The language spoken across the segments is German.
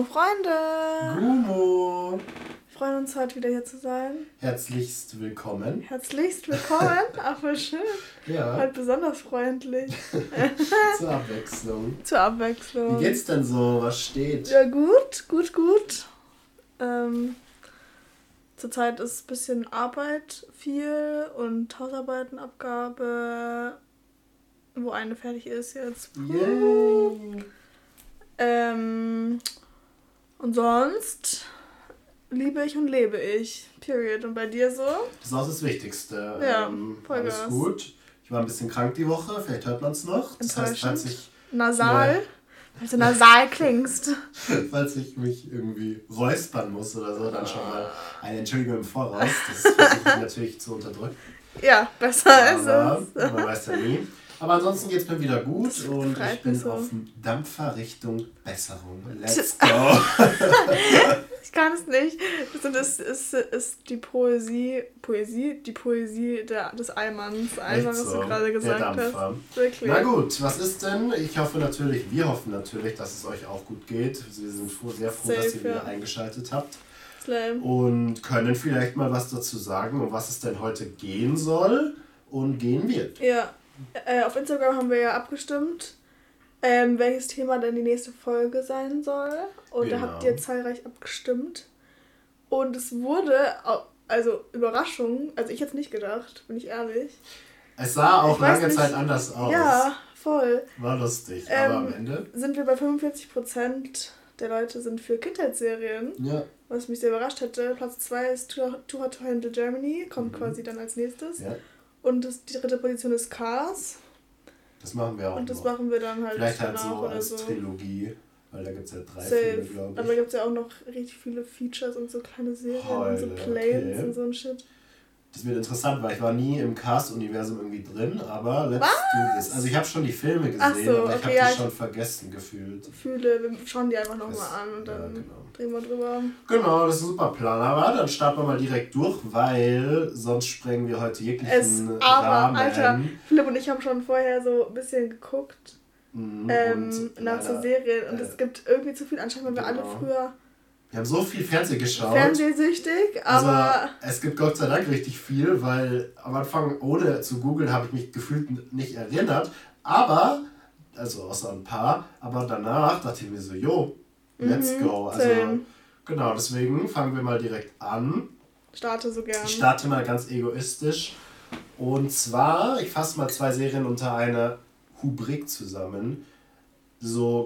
Freunde! Gumo! Wir freuen uns heute wieder hier zu sein. Herzlichst willkommen. Herzlichst willkommen. Ach, voll schön. Ja. Heute besonders freundlich. Zur Abwechslung. Zur Abwechslung. Wie geht's denn so? Was steht? Ja, gut. Zurzeit ist ein bisschen Arbeit viel und Hausarbeitenabgabe, wo eine fertig ist jetzt. Yay! Und sonst liebe ich und lebe ich. Period. Und bei dir so? Das ist auch das Wichtigste. Ja, Vollgas. Alles gut. Ich war ein bisschen krank die Woche, vielleicht hört man es noch. Das heißt, falls ich... Nasal? Weil du nasal klingst. Falls ich mich irgendwie räuspern muss oder so, dann schon mal eine Entschuldigung im Voraus. Das versuche ich natürlich zu unterdrücken. Ja, besser ist es. Man weiß ja nie. Aber ansonsten geht es mir wieder gut und ich bin so auf dem Dampfer Richtung Besserung. Let's go! Ich kann es nicht. Das ist die Poesie des Eimerns. Einfach, was du gerade gesagt hast. Wirklich. Na gut, was ist denn? Wir hoffen natürlich, dass es euch auch gut geht. Wir sind sehr froh, dass ihr wieder eingeschaltet habt. Slam. Und können vielleicht mal was dazu sagen, um was es denn heute gehen soll und gehen wird. Ja. Auf Instagram haben wir ja abgestimmt, welches Thema denn die nächste Folge sein soll. Und da habt ihr zahlreich abgestimmt. Und es wurde, also Überraschung, also ich hätte es nicht gedacht, bin ich ehrlich. Es sah auch lange Zeit anders aus. Ja, voll. War lustig, aber am Ende sind wir bei 45% der Leute sind für Kindheitsserien. Ja. Was mich sehr überrascht hätte. Platz 2 ist Too Hot to Handle Germany, kommt quasi dann als nächstes. Ja. Und die dritte Position ist Cars. Das machen wir auch. Und das machen wir dann halt vielleicht halt danach so oder als so. Weil da gibt es ja 3 Safe. Filme, glaube ich. Aber da gibt es ja auch noch richtig viele Features und so kleine Serien und so Plays und so ein Shit. Das wird interessant, weil ich war nie im Cast-Universum irgendwie drin, aber let's do this. Also ich habe schon die Filme gesehen, aber ich habe die schon vergessen gefühlt. Wir schauen die einfach nochmal an und dann drehen wir drüber. Genau, das ist ein super Plan. Aber dann starten wir mal direkt durch, weil sonst sprengen wir heute jeglichen Rahmen. Alter, Philipp und ich haben schon vorher so ein bisschen geguckt nach so Serien und es gibt irgendwie zu viel. Anscheinend waren wir alle früher... Wir haben so viel Fernsehen geschaut. Fernsehsüchtig, aber... Also, es gibt Gott sei Dank richtig viel, weil am Anfang, ohne zu googeln, habe ich mich gefühlt nicht erinnert. Aber, also außer ein paar, aber danach dachte ich mir so, let's go. Also, genau, deswegen fangen wir mal direkt an. Starte so gerne. Ich starte mal ganz egoistisch. Und zwar, ich fasse mal 2 Serien unter eine Rubrik zusammen. So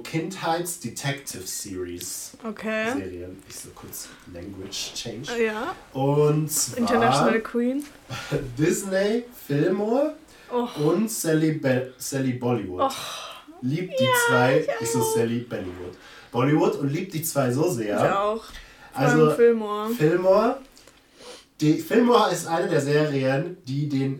Kindheits-Detective-Series. Okay. Serien. Ich so kurz Language Change. Ja. Und zwar International Queen. Disney, Fillmore und Sally Bollywood. Liebt die 2, ich so Sally Bollywood und liebt die 2 so sehr. Ich auch. Also Fillmore. Fillmore ist eine der Serien, die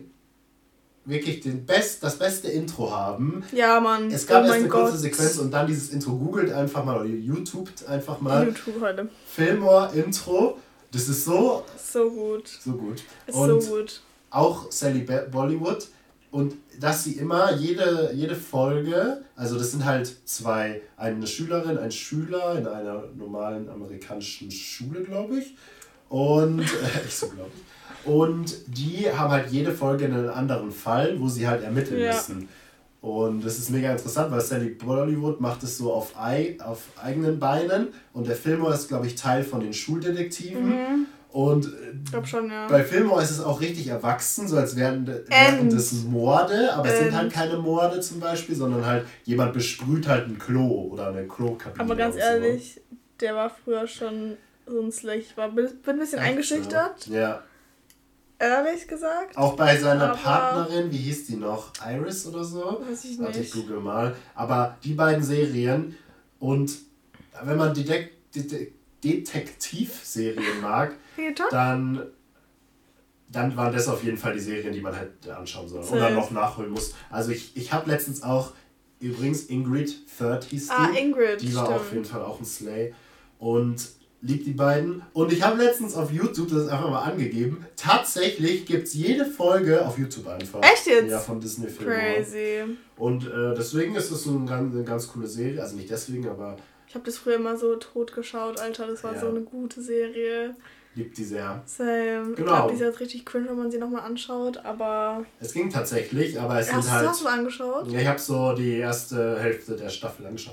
das beste Intro haben. Ja, Mann. Es gab erst eine kurze Sequenz und dann dieses Intro. Googelt einfach mal oder YouTubet einfach mal. YouTube heute. Fillmore Intro. Das ist so gut. So gut. Ist und so gut. Auch Sally Bollywood. Und dass sie immer jede Folge, also das sind halt 2, eine Schülerin, ein Schüler in einer normalen amerikanischen Schule, glaube ich. Und glaube ich. Und die haben halt jede Folge einen anderen Fall, wo sie halt ermitteln müssen. Und das ist mega interessant, weil Sally Bollywood macht es so auf eigenen Beinen und der Fillmore ist, glaube ich, Teil von den Schuldetektiven. Und schon, ja. Bei Fillmore ist es auch richtig erwachsen, so als wären das Morde, aber es sind halt keine Morde zum Beispiel, sondern halt jemand besprüht halt ein Klo oder eine Klokabine. Aber ganz ehrlich, der war früher schon so ein Slack. Ich bin ein bisschen eingeschüchtert. Ja. Ehrlich gesagt. Auch bei seiner Partnerin, wie hieß die noch? Iris oder so? Weiß ich nicht. Warte, ich google mal. Aber die beiden Serien und wenn man Detektivserien mag, dann waren das auf jeden Fall die Serien, die man halt anschauen soll. Oder noch nachholen muss. Also ich habe letztens auch, übrigens Ingrid Third hieß die. Ingrid, die war auf jeden Fall auch ein Slay. Und liebt die beiden. Und ich habe letztens auf YouTube das einfach mal angegeben. Tatsächlich gibt es jede Folge auf YouTube einfach. Echt jetzt? Ja, von Disney-Filmen. Crazy. Und deswegen ist es eine ganz coole Serie. Also nicht deswegen, aber Ich habe das früher immer so tot geschaut, Alter. Das war so eine gute Serie. Liebt die sehr. Same. Genau. Ich glaube, die ist jetzt richtig cringe, wenn man sie nochmal anschaut, aber... Es ging tatsächlich, aber es sind halt... Hast du angeschaut? Ja, ich habe so die erste Hälfte der Staffel angeschaut.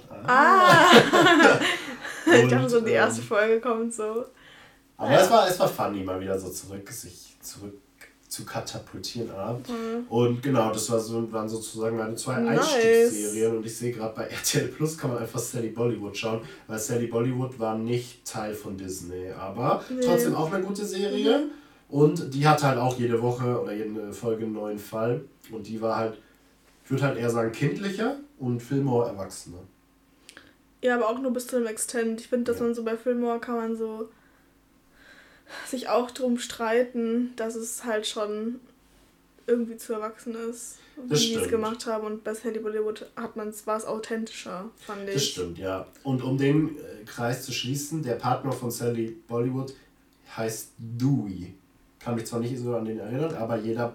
Ich dachte so, die erste Folge kommt so. Aber es war funny, mal wieder so sich zurück zu katapultieren. Und genau, das waren sozusagen meine 2 Einstiegsserien. Und ich sehe gerade bei RTL Plus kann man einfach Sally Bollywood schauen, weil Sally Bollywood war nicht Teil von Disney, aber trotzdem auch eine gute Serie. Und die hatte halt auch jede Woche oder jede Folge einen neuen Fall. Und die war halt, ich würde halt eher sagen, kindlicher und Fillmore erwachsener. Ja, aber auch nur bis zu einem Extent. Ich finde, dass man so bei Fillmore kann man so sich auch drum streiten, dass es halt schon irgendwie zu erwachsen ist, wie die es gemacht haben. Und bei Sally Bollywood war es authentischer, fand ich. Das stimmt, ja. Und um den Kreis zu schließen, der Partner von Sally Bollywood heißt Dewey. Kann mich zwar nicht so an den erinnern, aber jede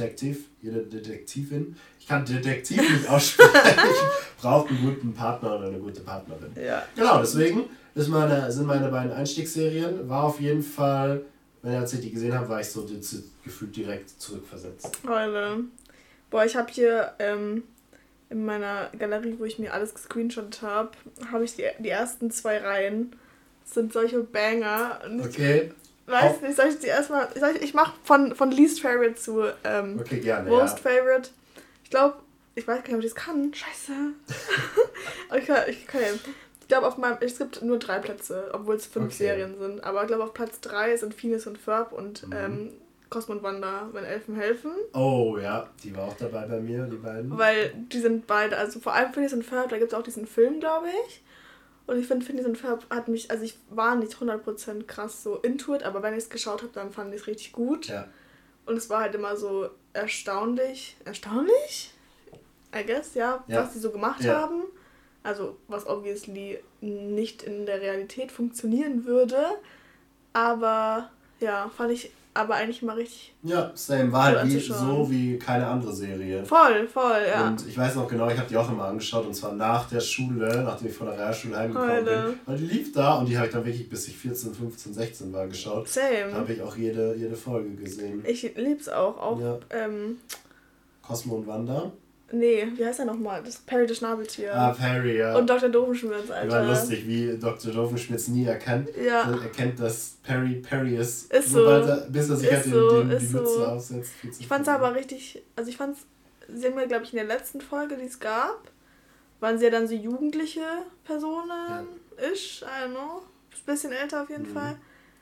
Detektivin, ich kann Detektiv nicht aussprechen, braucht einen guten Partner oder eine gute Partnerin. Ja. Genau, deswegen sind meine beiden Einstiegsserien. War auf jeden Fall, als ich die gesehen habe, war ich so gefühlt direkt zurückversetzt. Boah, ich habe hier in meiner Galerie, wo ich mir alles gescreenshottet habe, habe ich die ersten 2 Reihen. Das sind solche Banger. Okay. Weiß nicht, soll ich die erstmal... Ich mache von Least Favorite zu okay, gerne, Most Favorite. Ich glaube, ich weiß gar nicht, ob ich das kann. Scheiße. Okay. Ich glaube, es gibt nur 3 Plätze, obwohl es 5 Serien sind. Aber ich glaube, auf Platz 3 sind Phineas und Ferb und Cosmo und Wanda, wenn Elfen helfen. Oh ja, die war auch dabei bei mir, die beiden. Weil die sind beide, also vor allem Phineas und Ferb, da gibt es auch diesen Film, glaube ich. Und ich finde, Phineas und Ferb hat mich, also ich war nicht 100% krass so into it, aber wenn ich es geschaut habe, dann fand ich es richtig gut. Ja. Und es war halt immer so erstaunlich? I guess, ja. Was die so gemacht haben. Also, was obviously nicht in der Realität funktionieren würde. Aber, ja, fand ich aber eigentlich mal richtig... Ja, same. War halt so wie keine andere Serie. Voll, ja. Und ich weiß noch genau, ich habe die auch immer angeschaut. Und zwar nach der Schule, nachdem ich von der Realschule heimgekommen bin. Weil die lief da und die habe ich dann wirklich, bis ich 14, 15, 16 war, geschaut. Same. Da habe ich auch jede Folge gesehen. Ich lieb's auch. Ja. Cosmo und Wanda. Nee, wie heißt er nochmal? Das Perry das Schnabeltier. Perry, ja. Und Dr. Doofenschmitz, Alter. War lustig, wie Dr. Doofenschmitz nie erkennt, dass Perry ist. Ist so. Bis er sich halt die Mütze aufsetzt. Ich fand's aber richtig, also ich fand's, sie haben ja, glaube ich, in der letzten Folge, die es gab, waren sie ja dann so jugendliche Personen, I don't know, ein bisschen älter auf jeden Fall.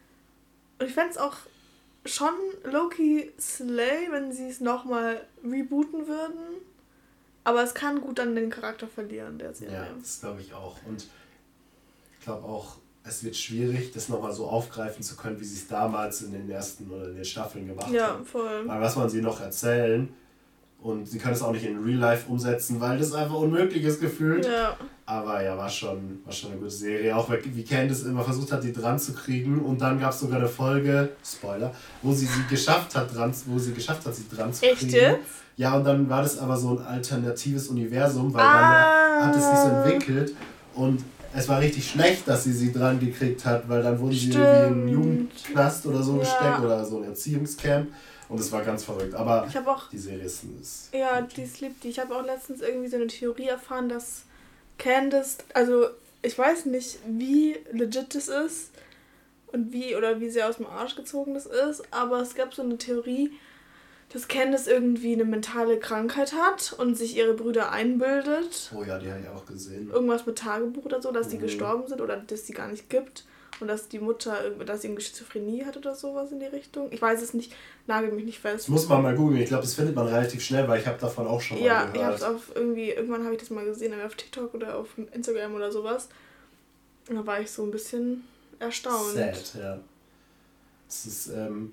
Und ich fänd's auch schon low-key slay, wenn sie es nochmal rebooten würden. Aber es kann gut dann den Charakter verlieren, der Serie. Ja, das glaube ich auch. Und ich glaube auch, es wird schwierig, das nochmal so aufgreifen zu können, wie sie es damals in den ersten oder in den Staffeln gemacht haben. Ja, voll. Weil was man sie noch erzählen und sie können es auch nicht in Real Life umsetzen, weil das einfach unmöglich ist gefühlt. Ja. Aber ja, war schon eine gute Serie. Auch wie Candice immer versucht hat, die dran zu kriegen. Und dann gab es sogar eine Folge, Spoiler, wo sie geschafft hat, sie dran zu kriegen. Echt jetzt? Ja, und dann war das aber so ein alternatives Universum, weil dann hat es sich so entwickelt und es war richtig schlecht, dass sie dran gekriegt hat, weil dann wurden sie irgendwie in einen Jugendknast oder so gesteckt oder so ein Erziehungscamp und es war ganz verrückt. Aber die Serie ist... Ja, die liebt die. Ich habe auch letztens irgendwie so eine Theorie erfahren, dass Candice, also ich weiß nicht, wie legit das ist und wie sehr aus dem Arsch gezogen das ist, aber es gab so eine Theorie, dass Candice irgendwie eine mentale Krankheit hat und sich ihre Brüder einbildet. Oh ja, die habe ich auch gesehen. Irgendwas mit Tagebuch oder so, dass die gestorben sind oder dass die gar nicht gibt. Und dass die Mutter, dass sie irgendwie Schizophrenie hat oder sowas in die Richtung. Ich weiß es nicht, nagel mich nicht fest. Das muss man mal googeln. Ich glaube, das findet man relativ schnell, weil ich habe davon auch schon mal gehört. Ja, ich habe es irgendwann habe ich das mal gesehen, auf TikTok oder auf Instagram oder sowas. Und da war ich so ein bisschen erstaunt. Sad, ja. Das ist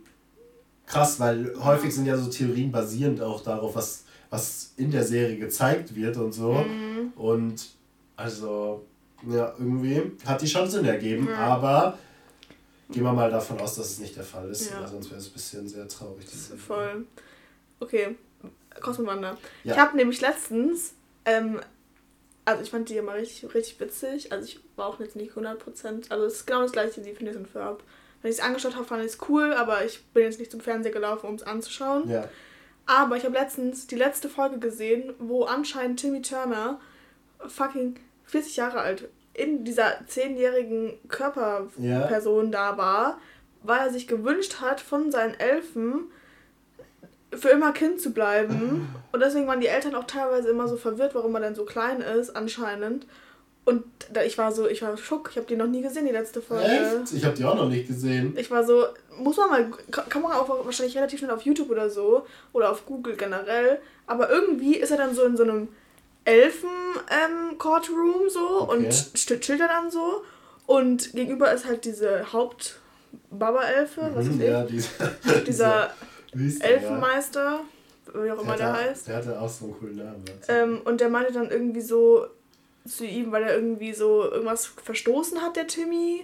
krass, weil häufig sind ja so Theorien basierend auch darauf, was in der Serie gezeigt wird und so. Mhm. Und also, ja, irgendwie hat die schon Sinn ergeben, aber gehen wir mal davon aus, dass es nicht der Fall ist, weil sonst wäre es ein bisschen sehr traurig. Voll. Okay, Cosmo Wanda. Ja. Ich habe nämlich letztens, Also ich fand die immer richtig, richtig witzig. Also ich war auch jetzt nicht 100%. Also es ist genau das gleiche wie Phineas und Ferb. Wenn ich es angeschaut habe, fand ich es cool, aber ich bin jetzt nicht zum Fernseher gelaufen, um es anzuschauen. Ja. Aber ich habe letztens die letzte Folge gesehen, wo anscheinend Timmy Turner fucking 40 Jahre alt in dieser 10-jährigen Körperperson da war, weil er sich gewünscht hat, von seinen Elfen für immer Kind zu bleiben. Und deswegen waren die Eltern auch teilweise immer so verwirrt, warum er denn so klein ist, anscheinend. Und ich war schock. Ich habe die noch nie gesehen, die letzte Folge. Echt? Ich habe die auch noch nicht gesehen. Ich war so, muss man mal, kann man auch wahrscheinlich relativ schnell auf YouTube oder so, oder auf Google generell. Aber irgendwie ist er dann so in so einem Elfen-Courtroom so und chillt er dann so. Und gegenüber ist halt diese Haupt-Baba-Elfe, was ist ja, dieser Elfenmeister, wie auch immer der heißt. Der hatte auch so einen coolen Namen. Und der meinte dann irgendwie so zu ihm, weil er irgendwie so irgendwas verstoßen hat, der Timmy.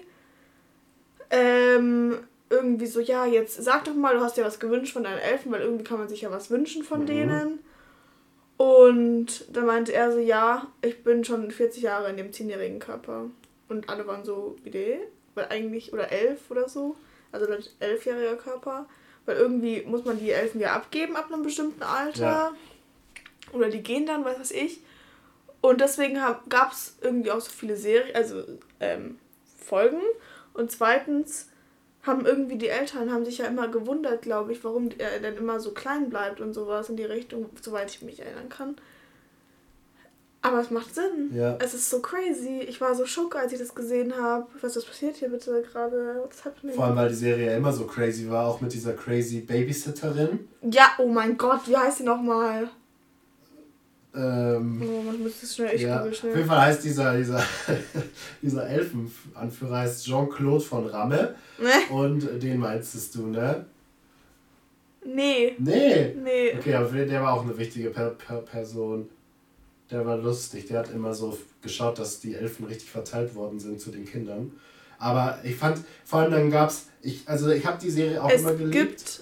Irgendwie so, ja, jetzt sag doch mal, du hast dir was gewünscht von deinen Elfen, weil irgendwie kann man sich ja was wünschen von denen. Und dann meinte er so, ja, ich bin schon 40 Jahre in dem 10-jährigen Körper. Und alle waren so, wie der? Weil eigentlich, oder 11 oder so. Also ein 11-jähriger Körper. Weil irgendwie muss man die Elfen ja abgeben ab einem bestimmten Alter. Ja. Oder die gehen dann, was weiß ich. Und deswegen gab es irgendwie auch so viele Folgen. Und zweitens haben irgendwie die Eltern sich ja immer gewundert, glaube ich, warum er dann immer so klein bleibt und sowas in die Richtung, soweit ich mich erinnern kann. Aber es macht Sinn. Ja. Es ist so crazy. Ich war so schock, als ich das gesehen habe. Was passiert hier bitte gerade? Vor allem, weil die Serie ja immer so crazy war, auch mit dieser crazy Babysitterin. Ja, oh mein Gott, wie heißt die nochmal? Man müsste es schnell, google schnell. Auf jeden Fall heißt dieser Elfenanführer heißt Jean-Claude von Ramme. Und den meinst du, ne? Nee. Okay, aber der war auch eine wichtige Person. Der war lustig. Der hat immer so geschaut, dass die Elfen richtig verteilt worden sind zu den Kindern. Aber ich fand, vor allem dann gab's, ich habe die Serie auch immer geliebt.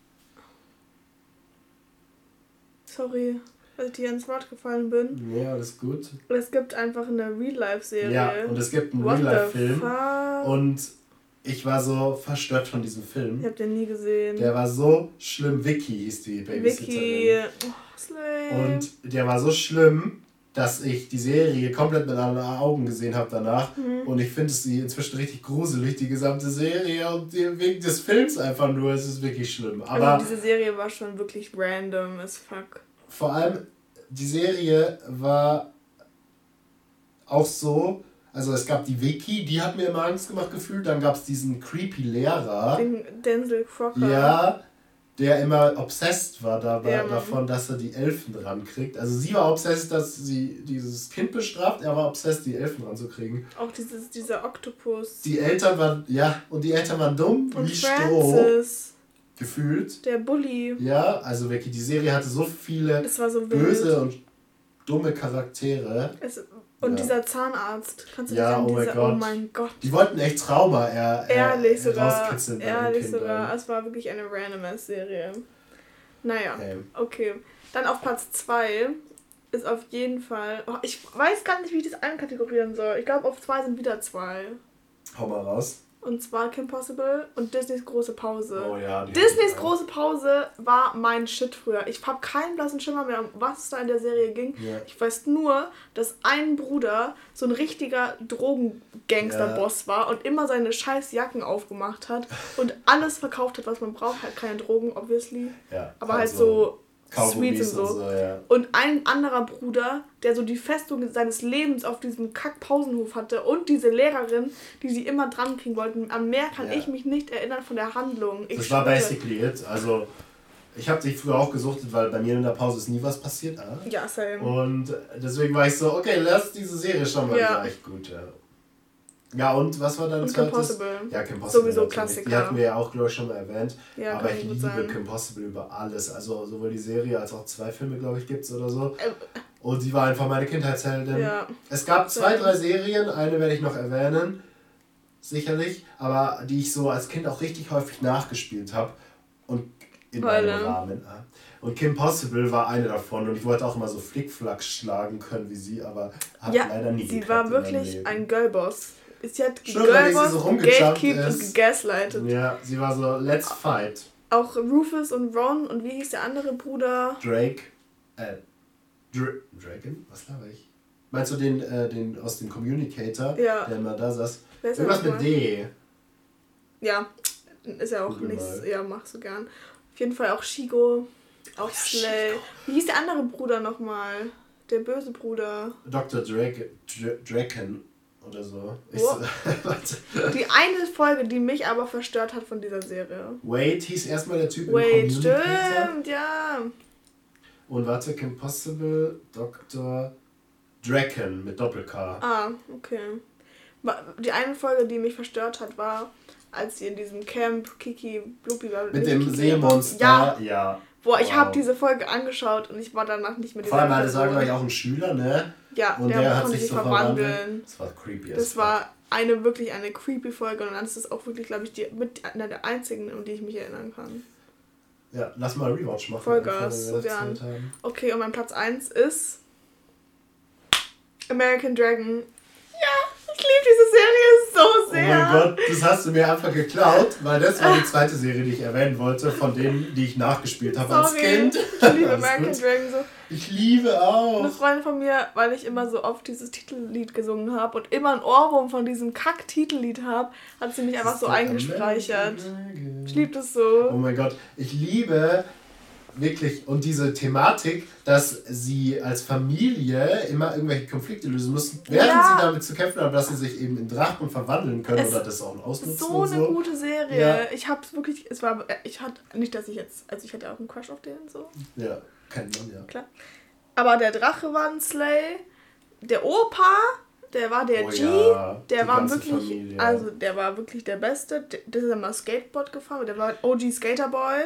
Sorry, dass ich dir ins Wort gefallen bin. Ja, alles gut. Es gibt einfach eine Real-Life-Serie. Ja, und es gibt einen Real-Life-Film. Und ich war so verstört von diesem Film. Ich hab den nie gesehen. Der war so schlimm. Vicky hieß die Babysitterin. Vicky. Oh, slay. Und der war so schlimm, dass ich die Serie komplett mit anderen Augen gesehen habe danach. Und ich finde sie inzwischen richtig gruselig, die gesamte Serie. Und wegen des Films einfach nur, es ist wirklich schlimm. Aber also diese Serie war schon wirklich random as fuck. Vor allem, die Serie war auch so, also es gab die Vicky, die hat mir immer Angst gemacht gefühlt. Dann gab es diesen creepy Lehrer. Den Denzel Crocker. Ja, der immer obsessed war davon, dass er die Elfen dran kriegt. Also sie war obsessed, dass sie dieses Kind bestraft, er war obsessed, die Elfen ranzukriegen. Auch dieser Oktopus. Die Eltern waren dumm und wie Stroh. Gefühlt. Der Bully. Ja, also wirklich, die Serie hatte so viele böse und dumme Charaktere. Und dieser Zahnarzt, kannst du dich an oh mein Gott. Die wollten echt Trauma rauskitzeln. Ehrlich sogar. Es war wirklich eine random-Serie. Naja, okay. Dann auf Platz 2 ist auf jeden Fall... Oh, ich weiß gar nicht, wie ich das einkategorieren soll. Ich glaube, auf 2 sind wieder 2. Hau mal raus. Und zwar Kim Possible und Disneys große Pause. Oh ja. Disneys große Pause war mein Shit früher. Ich habe keinen blassen Schimmer mehr, um was da in der Serie ging. Yeah. Ich weiß nur, dass ein Bruder so ein richtiger Drogengangster-Boss war und immer seine scheiß Jacken aufgemacht hat und alles verkauft hat, was man braucht. Halt keine Drogen, obviously. Ja, aber halt so Sweets und so. Ja. Und ein anderer Bruder, der so die Festung seines Lebens auf diesem Kack-Pausenhof hatte und diese Lehrerin, die sie immer dran kriegen wollten. An mehr kann ich mich nicht erinnern von der Handlung. Das war basically it. Also, ich habe dich früher auch gesuchtet, weil bei mir in der Pause ist nie was passiert. Ja, same. Und deswegen war ich so, okay, lass diese Serie schauen, weil die war echt gut, ja. Ja, und was war dann zweites? Kim Possible. Ja, Kim Possible. Sowieso Klassiker. Die hatten wir ja auch, glaube ich, schon mal erwähnt. Ja, aber ich liebe Kim Possible über alles. Also sowohl die Serie als auch 2 Filme, glaube ich, gibt es oder so. Und sie war einfach meine Kindheitsheldin. Ja. Es gab 2, 3 Serien, eine werde ich noch erwähnen, sicherlich, aber die ich so als Kind auch richtig häufig nachgespielt habe. Und in meinem Rahmen. Und Kim Possible war eine davon und ich wollte auch immer so Flickflack schlagen können wie sie, aber hat leider nie sie war wirklich ein Girlboss. Sie hat Girlboss so gegatekeept und gegaslightet. Ja, sie war so, let's fight. Auch Rufus und Ron und wie hieß der andere Bruder? Drake. Draken? Was laber ich? Meinst du den aus dem Communicator, der immer da saß? Irgendwas mit D. Ja, ist ja auch nichts. Ja, machst du gern. Auf jeden Fall auch Shigo, auch Slay. Wie hieß der andere Bruder nochmal? Der böse Bruder. Dr. Draken oder so. Die eine Folge, die mich aber verstört hat von dieser Serie. Wade hieß erstmal der Typ im Communicator. Stimmt, ja. Und warte, Kim Possible, Dr. Draken mit Doppel-K. Ah, okay. Die eine Folge, die mich verstört hat, war, als sie in diesem Camp Kiki Bluppi war. Mit dem Seemonster, ja. Boah, ich habe diese Folge angeschaut und ich war danach nicht mehr Vor allem, das war, glaube ich, auch ein Schüler, ne? Ja, und der hat sich so verwandelt. Das war creepy. Das war wirklich eine creepy Folge und dann ist das auch wirklich, glaube ich, einer der einzigen, um die ich mich erinnern kann. Ja, lass mal Rewatch machen. Vollgas, ja. Okay, und mein Platz 1 ist American Dragon. Ja, ich liebe diese Serie so sehr. Oh mein Gott, das hast du mir einfach geklaut, weil das war die zweite Serie, die ich erwähnen wollte, von denen, die ich nachgespielt habe als Kind. Ich liebe American Dragon so. Ich liebe auch. Eine Freundin von mir, weil ich immer so oft dieses Titellied gesungen habe und immer ein Ohrwurm von diesem Kack-Titellied habe, hat sie mich einfach so eingespeichert. Ich liebe das so. Oh mein Gott, ich liebe wirklich, und diese Thematik, dass sie als Familie immer irgendwelche Konflikte lösen müssen, während sie damit zu kämpfen haben, dass sie sich eben in Drachen verwandeln können oder das auch ausnutzen. So eine gute Serie. Ja. Ich hab's wirklich, ich hatte nicht, dass ich jetzt, also ich hatte auch einen Crush auf den so. Ja, kennt man ja. Klar. Aber der Drache war ein Slay, der Opa, der war der G, der war wirklich, Familie. Also der war wirklich der Beste. Der ist immer Skateboard gefahren, der war OG Skaterboy.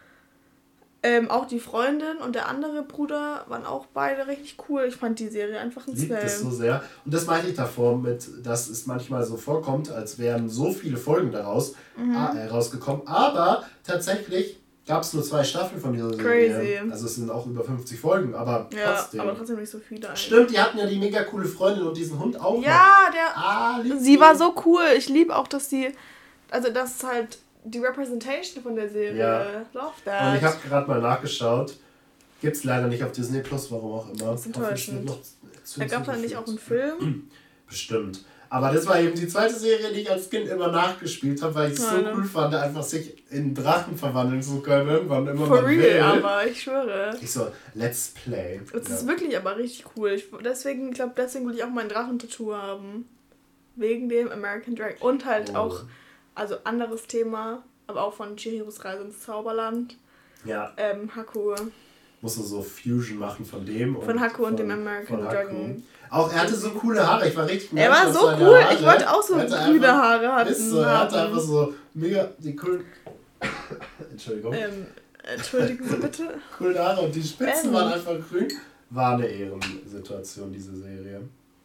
Auch die Freundin und der andere Bruder waren auch beide richtig cool. Ich fand die Serie einfach ein Slay. Das so sehr. Und das meinte ich davor mit, dass es manchmal so vorkommt, als wären so viele Folgen daraus rausgekommen. Aber tatsächlich gab es nur 2 Staffeln von dieser Serie. Crazy. Also es sind auch über 50 Folgen, aber trotzdem. Aber trotzdem nicht so viele eigentlich. Stimmt, die hatten ja die mega coole Freundin und diesen Hund auch. Ja, sie war so cool. Ich liebe auch, dass sie, also das ist halt die Representation von der Serie. Ja. Love that. Und ich habe gerade mal nachgeschaut. Gibt's leider nicht auf Disney Plus, warum auch immer. Das ist enttäuschend. Da gab es dann nicht auch einen Film? Bestimmt. Aber das war eben die zweite Serie, die ich als Kind immer nachgespielt habe, weil ich es so cool fand, einfach sich in Drachen verwandeln zu können, wann immer man will. For real, aber ich schwöre. Ich so, let's play. Das ist wirklich aber richtig cool. Deswegen will ich auch mein Drachentattoo haben. Wegen dem American Dragon. Und halt auch, also anderes Thema, aber auch von Chihiros Reise ins Zauberland. Ja. Haku. Musst du so Fusion machen von dem. Von Haku und dem American Dragon. Auch er hatte so coole Haare, ich war richtig Er war so cool, Haare. Ich wollte auch so grüne Haare haben. Er hatte einfach so mega die coolen... Entschuldigung. Entschuldigen Sie bitte. Coole Haare und die Spitzen waren einfach grün. War eine Ehrensituation, diese Serie.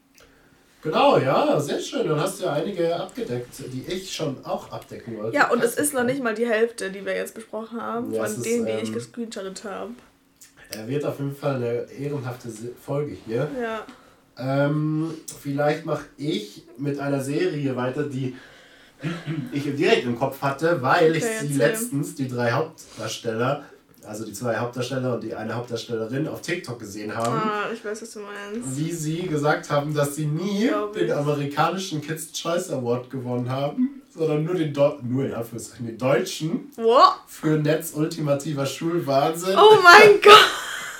Genau, ja, sehr schön. Dann hast du ja einige abgedeckt, die ich schon auch abdecken wollte. Ja, und es ist noch nicht mal die Hälfte, die wir jetzt besprochen haben, von denen, die ich gescreenshottet habe. Er wird auf jeden Fall eine ehrenhafte Folge hier. Ja. Vielleicht mache ich mit einer Serie weiter, die ich direkt im Kopf hatte, weil ich sie letztens, die 3 Hauptdarsteller, also die 2 Hauptdarsteller und die eine Hauptdarstellerin auf TikTok gesehen haben. Ah, ich weiß, was du meinst. Wie sie gesagt haben, dass sie nie den amerikanischen Kids' Choice Award gewonnen haben, sondern nur den deutschen für Netz ultimativer Schulwahnsinn. Oh mein Gott!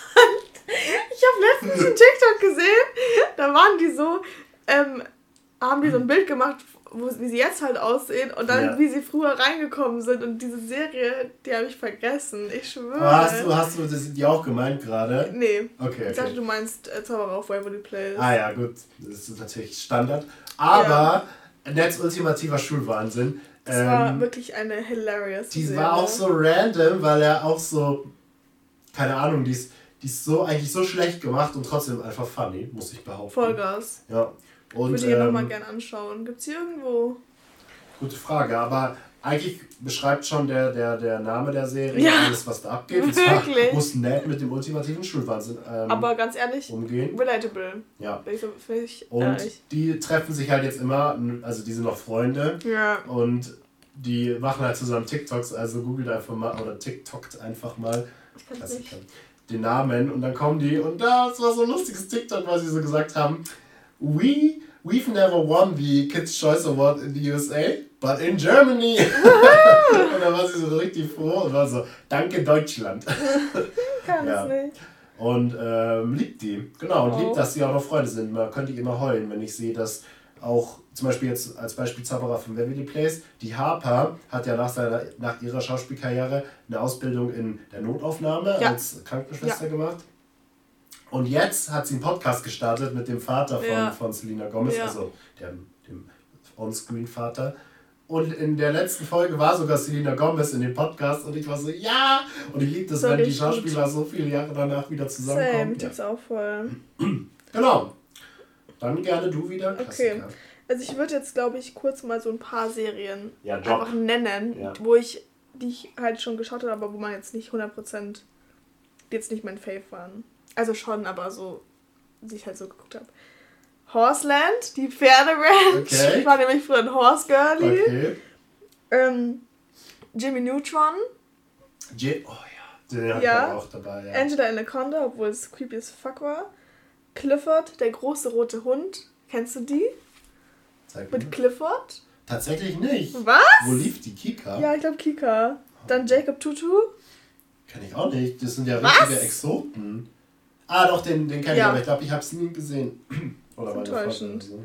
Ich habe letztens einen TikTok gesehen, da waren die so, haben die so ein Bild gemacht, wie sie jetzt halt aussehen und dann wie sie früher reingekommen sind und diese Serie, die habe ich vergessen, ich schwöre. Aber hast du die auch gemeint gerade? Nee. Okay. Ich dachte, du meinst Zauberer auf Waverly Place. Ah ja, gut, das ist natürlich Standard. Aber Netz ultimativer Schulwahnsinn. Das war wirklich eine hilarious Serie. Die war auch so random, weil er auch so, keine Ahnung, die ist so eigentlich so schlecht gemacht und trotzdem einfach funny, muss ich behaupten. Vollgas. Ja. Und, ich würde die nochmal gerne anschauen. Gibt's hier irgendwo? Gute Frage, aber eigentlich beschreibt schon der Name der Serie alles, was da abgeht. Und zwar muss Ned mit dem ultimativen Schulwahnsinn aber ganz ehrlich, umgehen. Relatable. Ja. Und die treffen sich halt jetzt immer, also die sind noch Freunde. Ja. Und die machen halt zusammen TikToks, also googelt einfach mal oder TikTokt einfach mal den Namen und dann kommen die und das war so ein lustiges TikTok, weil sie so gesagt haben, We've never won the Kids' Choice Award in the USA, but in Germany. Und dann war sie so richtig froh und war so, danke Deutschland. Kann es nicht. Und liebt die. Genau, und liebt, dass sie auch noch Freunde sind. Man könnte immer heulen, wenn ich sehe, dass auch, zum Beispiel jetzt als Beispiel Zauberer von Waverly Place, die Harper hat ja nach ihrer Schauspielkarriere eine Ausbildung in der Notaufnahme als Krankenschwester gemacht. Und jetzt hat sie einen Podcast gestartet mit dem Vater von Selena Gomez, also dem On-Screen-Vater. Und in der letzten Folge war sogar Selena Gomez in dem Podcast und ich war so, ja! Und ich liebe das, wenn die Schauspieler so viele Jahre danach wieder zusammenkommen. Same, ja. Auch voll. Genau. Dann gerne du wieder. Klassiker. Okay. Also ich würde jetzt, glaube ich, kurz mal so ein paar Serien einfach nennen, die ich halt schon geschaut habe, aber wo man jetzt nicht 100% jetzt nicht mein Fave waren. Also schon, aber so, die ich halt so geguckt habe. Horseland, die Pferderanch. Okay. Ich war nämlich früher ein Horse Girlie. Okay. Jimmy Neutron. Oh ja, den hatte ich auch dabei. Ja. Angela Anaconda, obwohl es creepy as fuck war. Clifford, der große rote Hund. Kennst du die? Mit Clifford? Tatsächlich nicht. Was? Wo lief die? Kika? Ja, ich glaube Kika. Dann Jacob Tutu. Kenn ich auch nicht. Das sind ja richtige Exoten. Ah, doch, den kenne ich, aber ich glaube, ich habe es nie gesehen. Oder meine enttäuschend. So.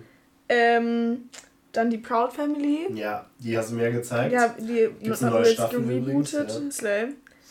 Dann die Proud Family. Ja, die hast du mir gezeigt. Ja, die gibt's eine neue Staffel rebootet. Ja. Slay.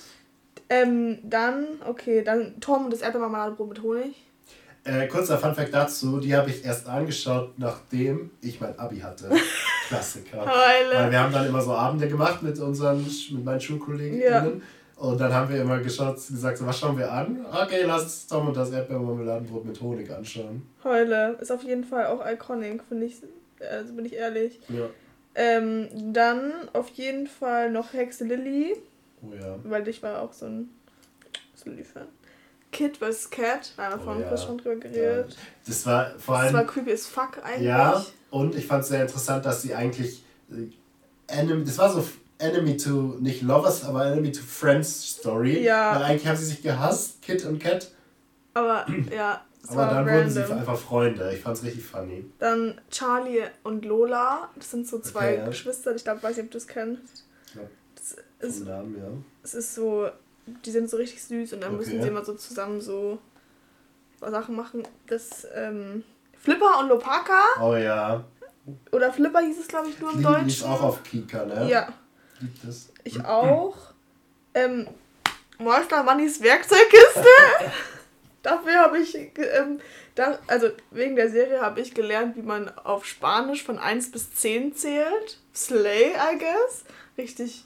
Dann Tom und das Erdbeermarmeladebrot mit Honig. Kurzer Funfact dazu, die habe ich erst angeschaut, nachdem ich mein Abi hatte. Klassiker. Weil wir haben dann immer so Abende gemacht mit meinen Schulkolleginnen. Ja. Und dann haben wir immer gesagt, so, was schauen wir an? Okay, lass Tom und das Erdbeermarmeladenbrot mit Honig anschauen. Heule. Ist auf jeden Fall auch iconic, finde ich. Also bin ich ehrlich. Ja. Dann auf jeden Fall noch Hexe Lilly. Oh ja. Weil ich war auch so ein Lilly-Fan. Kid vs. Cat, da haben wir vorhin kurz schon drüber geredet. Ja. Das war vor allem... Das war creepy as fuck eigentlich. Ja, und ich fand es sehr interessant, dass sie eigentlich... das war so... Enemy to, nicht Lovers, aber Enemy to Friends Story. Ja. Weil eigentlich haben sie sich gehasst, Kid und Cat. Aber ja, aber dann wurden sie einfach Freunde. Ich fand's richtig funny. Dann Charlie und Lola. Das sind so zwei Geschwister. Ich glaube, weiß nicht, ob du das kennst. Ich glaube, vom Namen, ja. Es ist so, die sind so richtig süß und dann müssen sie immer so zusammen so Sachen machen. Das Flipper und Lopaka. Oh ja. Oder Flipper hieß es, glaube ich, nur im Deutschen. Die ist auch auf Kika, ne? Ja. Ich auch. Monster Moneys Werkzeugkiste. Dafür habe ich, also wegen der Serie habe ich gelernt, wie man auf Spanisch von 1 bis 10 zählt. Slay, I guess. Richtig,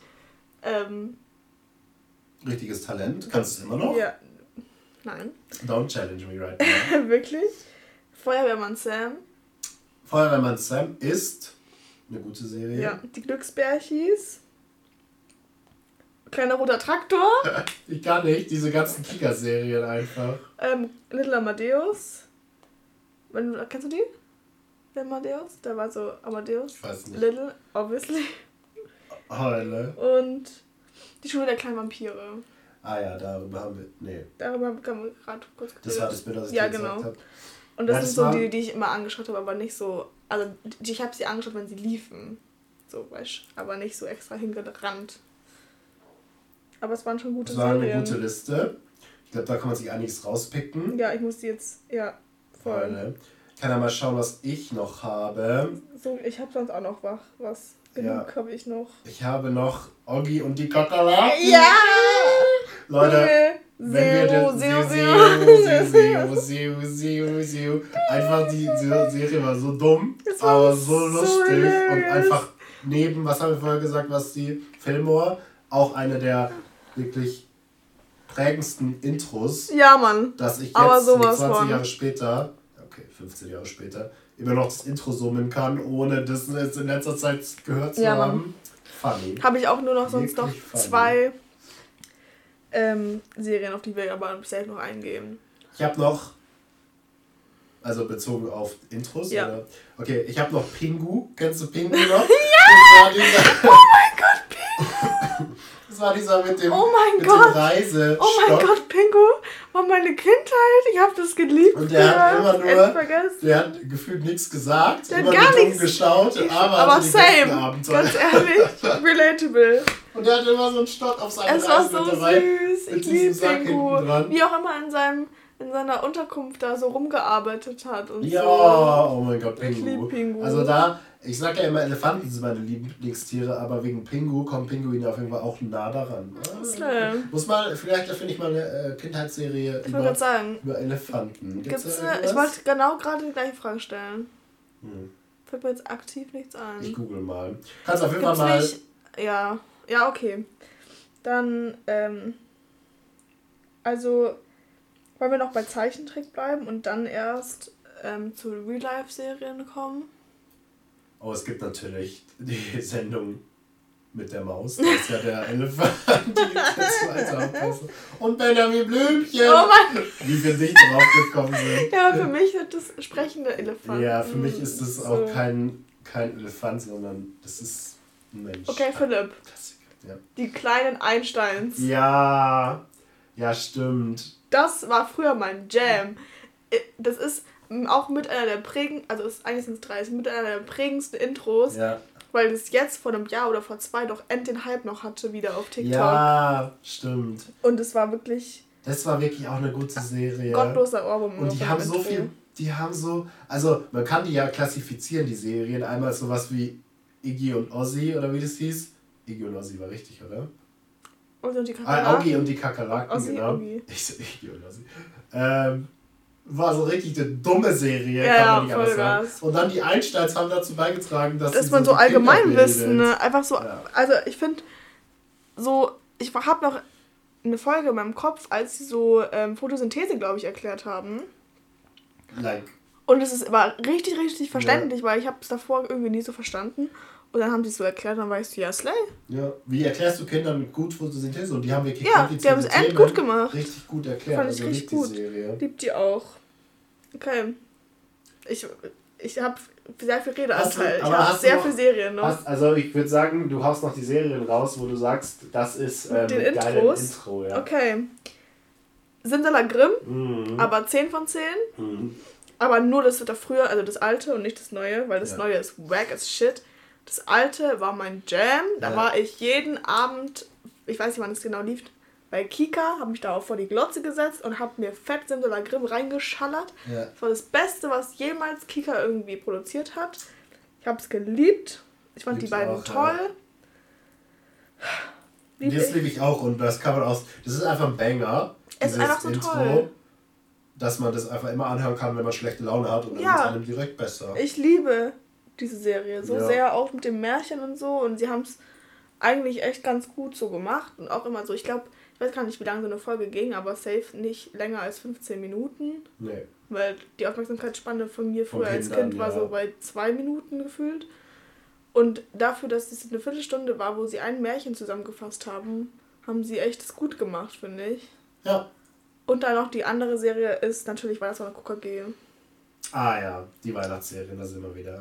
richtiges Talent. Kannst du es immer noch? Ja. Nein. Don't challenge me right now. Wirklich? Feuerwehrmann Sam. Feuerwehrmann Sam ist eine gute Serie. Ja, die Glücksbärchis. Kleiner roter Traktor. Ich kann nicht, diese ganzen Kika-Serien einfach. Little Amadeus. Kennst du die? Little Amadeus? Da war so Amadeus. Ich weiß nicht. Little, obviously. Heule. Und die Schule der kleinen Vampire. Ah ja, darüber haben wir... Nee. Darüber haben wir gerade kurz geredet. Das war das Bild, das ich dir gesagt habe. Und das sind so die ich immer angeschaut habe, aber nicht so... Also ich habe sie angeschaut, wenn sie liefen. So, weißt du. Aber nicht so extra hingerannt. Aber es waren schon gute Serien. Das war eine gute Liste. Ich glaube, da kann man sich einiges rauspicken. Ja, ich muss die jetzt... Ja, voll. Ne? Ich kann ja mal schauen, was ich noch habe. So, ich habe sonst auch noch was. Genug habe ich noch. Ich habe noch Oggi und die Kakerlaken. Ja! Leute, wenn wir einfach die Serie war so dumm, aber so lustig und einfach neben, was haben wir vorher gesagt, was die Fillmore, auch eine der wirklich prägendsten Intros. Ja, Mann. Dass ich jetzt 20 Jahre später, 15 Jahre später, immer noch das Intro summen kann, ohne das in letzter Zeit gehört zu haben. funny. Habe ich auch nur noch sonst Wirklich noch funny. 2 Serien, auf die wir aber selbst noch eingehen. Ich habe noch, also bezogen auf Intros, ja. Oder? Okay, ich habe noch Pingu. Kennst du Pingu noch? Ja! Oh mein Gott, Pingu! Das war dieser mit dem, oh mein mit Gott. dem Reisestock. Oh mein Gott, Pingu war meine Kindheit. Ich habe das geliebt. Und der hat immer nur, vergessen. der hat gefühlt nichts gesagt, der immer hat gar nur dumm nichts geschaut, aber aber hatte die besten same, Abenteuer. ganz ehrlich, relatable. Und der hatte immer so einen Stock auf seinem Es war Reisen so mit dabei. süß. Mit Ich diesem liebe Sack Pingu. hinten dran. Wie auch immer in seiner Unterkunft da so rumgearbeitet hat und Ja, so. oh mein Gott, Ich liebe Pingu. Pingu. Also da, ich sag ja immer, Elefanten sind meine Lieblingstiere, aber wegen Pingu kommen Pinguine auf jeden Fall auch nah daran. Muss mal, vielleicht finde ich mal eine Kindheitsserie über Elefanten. Gibt's ich wollte genau gerade die gleiche Frage stellen. Fällt mir jetzt aktiv nichts ein. Ich google mal. Kannst auf jeden Fall mal... Nicht? Ja, okay. Dann, also, wollen wir noch bei Zeichentrick bleiben und dann erst zu Real-Life-Serien kommen? Oh, es gibt natürlich die Sendung mit der Maus. Das ist ja der Elefant, die zweite Hauptperson. Und Benjamin Blümchen! Oh Mann! Wie wir nicht drauf gekommen sind. Ja, für mich sind das sprechende Elefanten. Ja, für mich ist das auch kein Elefant, sondern das ist ein Mensch. Okay, Philipp. Ja. Die kleinen Einsteins. Ja, stimmt. Das war früher mein Jam. Das ist auch mit einer der eigentlich sind es 3, ist mit einer der prägendsten Intros, weil es jetzt vor einem Jahr oder vor 2 doch den Hype noch hatte, wieder auf TikTok. Ja, stimmt. Und es war wirklich... Das war wirklich auch eine gute Serie. Gottloser Ohrwurm. Und die haben so, also man kann die ja klassifizieren, die Serien. Einmal sowas wie Iggy und Ozzy, oder wie das hieß. Iggy und Ozzy war richtig, oder? Ozzy und die Kakerlaken. Oggy und die Kakerlaken, Ozzy, genau. Oggy. Ich so Iggy und Ozzy. War so richtig eine dumme Serie, ja, kann man nicht anders sagen. Was. Und dann die Einsteins haben dazu beigetragen, dass man so Allgemeinwissen, ne? Einfach so, ja. Also ich finde, so, ich habe noch eine Folge in meinem Kopf, als sie so Photosynthese, glaube ich, erklärt haben. Und es war richtig, richtig verständlich, weil ich habe es davor irgendwie nie so verstanden. Und dann haben sie es so erklärt, dann weißt du, ja, Slay. Ja, wie erklärst du Kindern gut Photosynthese? Und die haben wirklich die haben es endgut gemacht. Richtig gut erklärt. Fand ich richtig gut. Liebt die auch. Okay. Ich habe sehr viel Redeanteil. Ich habe sehr viele Serien noch. Also ich würde sagen, du haust noch die Serien raus, wo du sagst, das ist mit den Intros. Intro, ja. Okay. Simsalagrim, aber 10 von 10. Aber nur das wird da früher, also das alte und nicht das neue, weil das neue ist wack as shit. Das alte war mein Jam. Da war ich jeden Abend, ich weiß nicht, wann es genau lief, bei Kika, habe mich da auch vor die Glotze gesetzt und habe mir fett Simsalagrim reingeschallert. Ja. Das war das Beste, was jemals Kika irgendwie produziert hat. Ich habe es geliebt. Ich fand die beiden auch toll. Ja. Das liebe ich auch und das kann man aus. Das ist einfach ein Banger. Es ist einfach so Intro, toll. Dass man das einfach immer anhören kann, wenn man schlechte Laune hat und dann ist es einem direkt besser. Ich liebe diese Serie so sehr, auch mit dem Märchen und so, und sie haben es eigentlich echt ganz gut so gemacht und auch immer so, ich glaube, ich weiß gar nicht, wie lange so eine Folge ging, aber safe nicht länger als 15 Minuten. Nee. Weil die Aufmerksamkeitsspanne von mir früher als Kind war so bei 2 Minuten gefühlt. Und dafür, dass es eine Viertelstunde war, wo sie ein Märchen zusammengefasst haben, haben sie echt das gut gemacht, finde ich. Ja. Und dann noch die andere Serie ist natürlich Weihnachtsmann und KKG. Ah ja, die Weihnachtsserie, da sind wir wieder.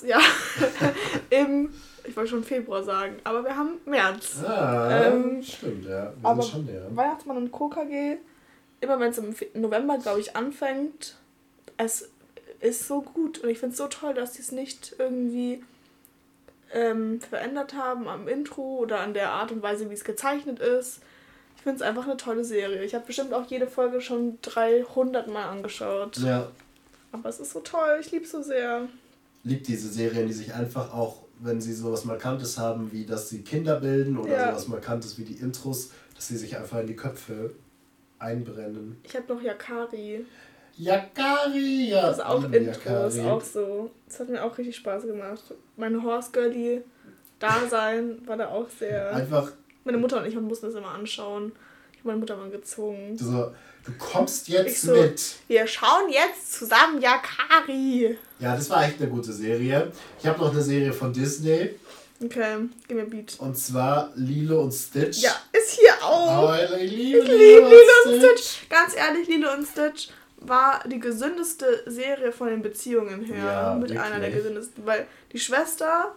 Ich wollte schon Februar sagen, aber wir haben März. Stimmt, ja. Wir sind schon näher. Weihnachtsmann und KKG, immer wenn es im November, glaube ich, anfängt, es ist so gut. Und ich finde es so toll, dass sie es nicht irgendwie verändert haben am Intro oder an der Art und Weise, wie es gezeichnet ist. Ich finde es einfach eine tolle Serie. Ich habe bestimmt auch jede Folge schon 300 Mal angeschaut. Ja. Aber es ist so toll, ich liebe es so sehr. Liebe diese Serien, die sich einfach auch, wenn sie sowas Markantes haben, wie dass sie Kinder bilden oder sowas Markantes wie die Intros, dass sie sich einfach in die Köpfe einbrennen. Ich habe noch Yakari. Yakari, ja. Das ist auch Intros, auch so. Das hat mir auch richtig Spaß gemacht. Meine Horse Girlie Dasein war da auch sehr... Einfach... Meine Mutter und ich mussten das immer anschauen. Ich habe meine Mutter mal gezwungen. Du kommst jetzt mit. Wir schauen jetzt zusammen Yakari. Ja, das war echt eine gute Serie. Ich habe noch eine Serie von Disney. Okay, gib mir Beat. Und zwar Lilo und Stitch. Ja, ist hier auch. Oh, ich liebe Lilo und Stitch. Ganz ehrlich, Lilo und Stitch war die gesündeste Serie von den Beziehungen her. Ja, mit wirklich. einer der gesündesten. Weil die Schwester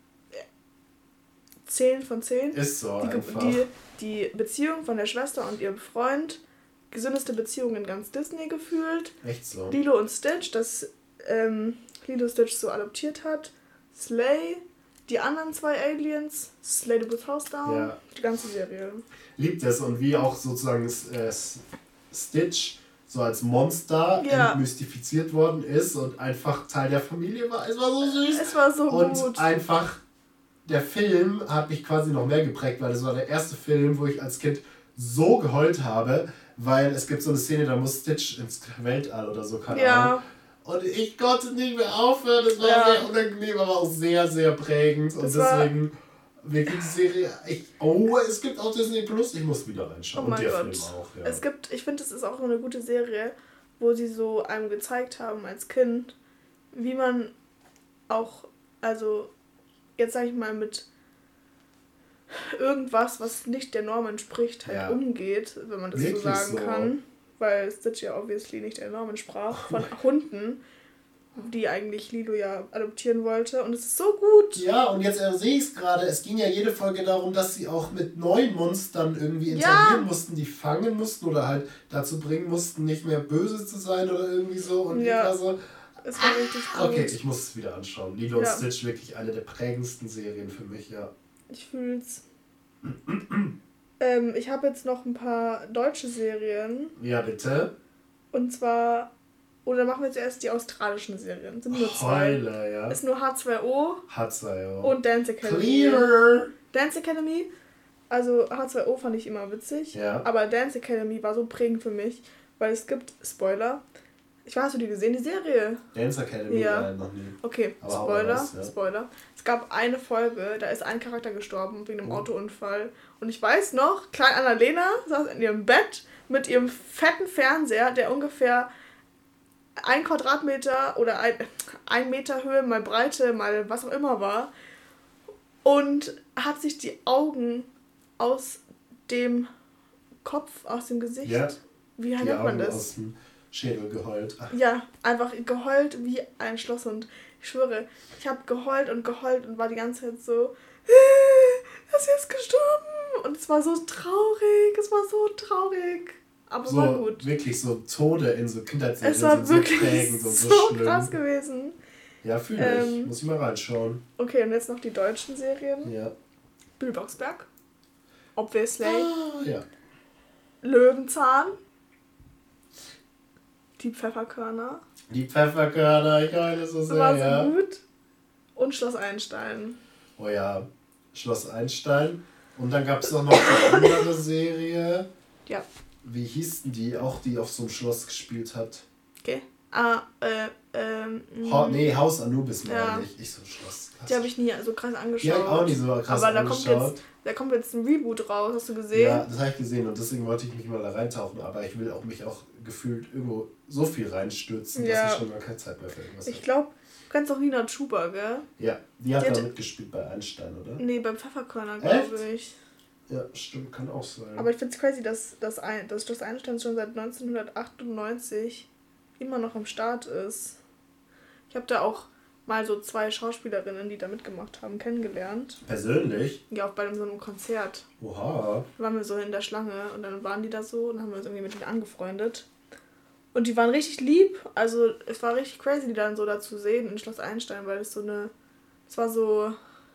10 von 10. Ist so einfach. Die Beziehung von der Schwester und ihrem Freund, gesündeste Beziehung in ganz Disney gefühlt. Echt so. Lilo und Stitch, das Lilo Stitch so adoptiert hat. Slay, die anderen 2 Aliens, Slay the Booth House Down, Ja. die ganze Serie. Liebt es und wie auch sozusagen Stitch so als Monster entmystifiziert worden ist und einfach Teil der Familie war. Es war so süß. Es war so und gut. Und einfach, der Film hat mich quasi noch mehr geprägt, weil das war der erste Film, wo ich als Kind so geheult habe, weil es gibt so eine Szene, da muss Stitch ins Weltall oder so, keine Ahnung. Und ich konnte nicht mehr aufhören, das war sehr unangenehm, aber auch sehr, sehr prägend. Und deswegen wirklich die Serie. Es gibt auch Disney Plus, ich muss wieder reinschauen. Oh mein Gott. Film auch, ja. Ich finde, es ist auch eine gute Serie, wo sie so einem gezeigt haben als Kind, wie man auch, also jetzt sage ich mal, mit irgendwas, was nicht der Norm entspricht, halt umgeht, wenn man das wirklich so sagen kann. Weil Stitch ja obviously nicht der Norm entsprach, von Hunden, die eigentlich Lilo ja adoptieren wollte. Und es ist so gut. Ja, und jetzt sehe ich es gerade. Es ging ja jede Folge darum, dass sie auch mit neuen Monstern irgendwie interagieren mussten, die fangen mussten oder halt dazu bringen mussten, nicht mehr böse zu sein oder irgendwie so. Und es war richtig gut. Okay, ich muss es wieder anschauen. Lilo und Stitch, wirklich eine der prägendsten Serien für mich, ja. Ich fühl's. Ich habe jetzt noch ein paar deutsche Serien. Ja, bitte. Und zwar, oder machen wir zuerst die australischen Serien. Sind nur 2. Ja. Ist nur H2O. H2O. Und Dance Academy. Clear. Dance Academy, also H2O fand ich immer witzig. Aber Dance Academy war so prägend für mich, weil es gibt, Spoiler, hast du die gesehen, die Serie? Dance Academy? Ja, noch nie. Okay, aber Spoiler. Es gab eine Folge, da ist ein Charakter gestorben wegen einem Autounfall. Und ich weiß noch, kleine Annalena saß in ihrem Bett mit ihrem fetten Fernseher, der ungefähr 1 Quadratmeter oder 1 Meter Höhe mal Breite mal was auch immer war. Und hat sich die Augen aus dem Kopf, aus dem Gesicht, wie nennt man das? Aus dem Schädel geheult. Ja, einfach geheult wie ein Schlosshund. Ich schwöre, ich habe geheult und war die ganze Zeit so, er ist jetzt gestorben. Und es war so traurig. Aber so, war gut. Wirklich so Tode in so Kindheitsserien. Es war wirklich prägend und so schlimm. krass gewesen. Ja, fühle ich. Muss ich mal reinschauen. Okay, und jetzt noch die deutschen Serien. Ja. Bill Boxberg. Obviously. Ja. Löwenzahn. Die Pfefferkörner. Ich heule so sehr, war so gut. Und Schloss Einstein. Oh ja, Schloss Einstein. Und dann gab es noch eine andere Serie. Ja. Wie hieß denn die? Auch die auf so einem Schloss gespielt hat. Okay. Haus Anubis meine ich. Ich so Schloss. Die habe ich nie so krass angeschaut. Die habe ich auch nie so krass angeschaut. Aber da kommt jetzt ein Reboot raus, hast du gesehen? Ja, das habe ich gesehen und deswegen wollte ich mich mal da reintauchen. Aber ich will mich auch gefühlt irgendwo so viel reinstürzen, dass ich schon mal keine Zeit mehr für irgendwas habe. Ich glaube, du kennst auch Nina Chuba, gell? Ja, die hat da mitgespielt bei Einstein, oder? Nee, beim Pfefferkörner, glaube ich. Ja, stimmt, kann auch sein. Aber ich finde es crazy, dass Schloss Einstein schon seit 1998 immer noch am Start ist. Ich habe da auch mal so 2 Schauspielerinnen, die da mitgemacht haben, kennengelernt. Persönlich? Ja, auch bei so einem Konzert. Oha. Da waren wir so in der Schlange und dann waren die da so und dann haben wir uns irgendwie mit denen angefreundet. Und die waren richtig lieb. Also es war richtig crazy, die dann so da zu sehen in Schloss Einstein, weil es war so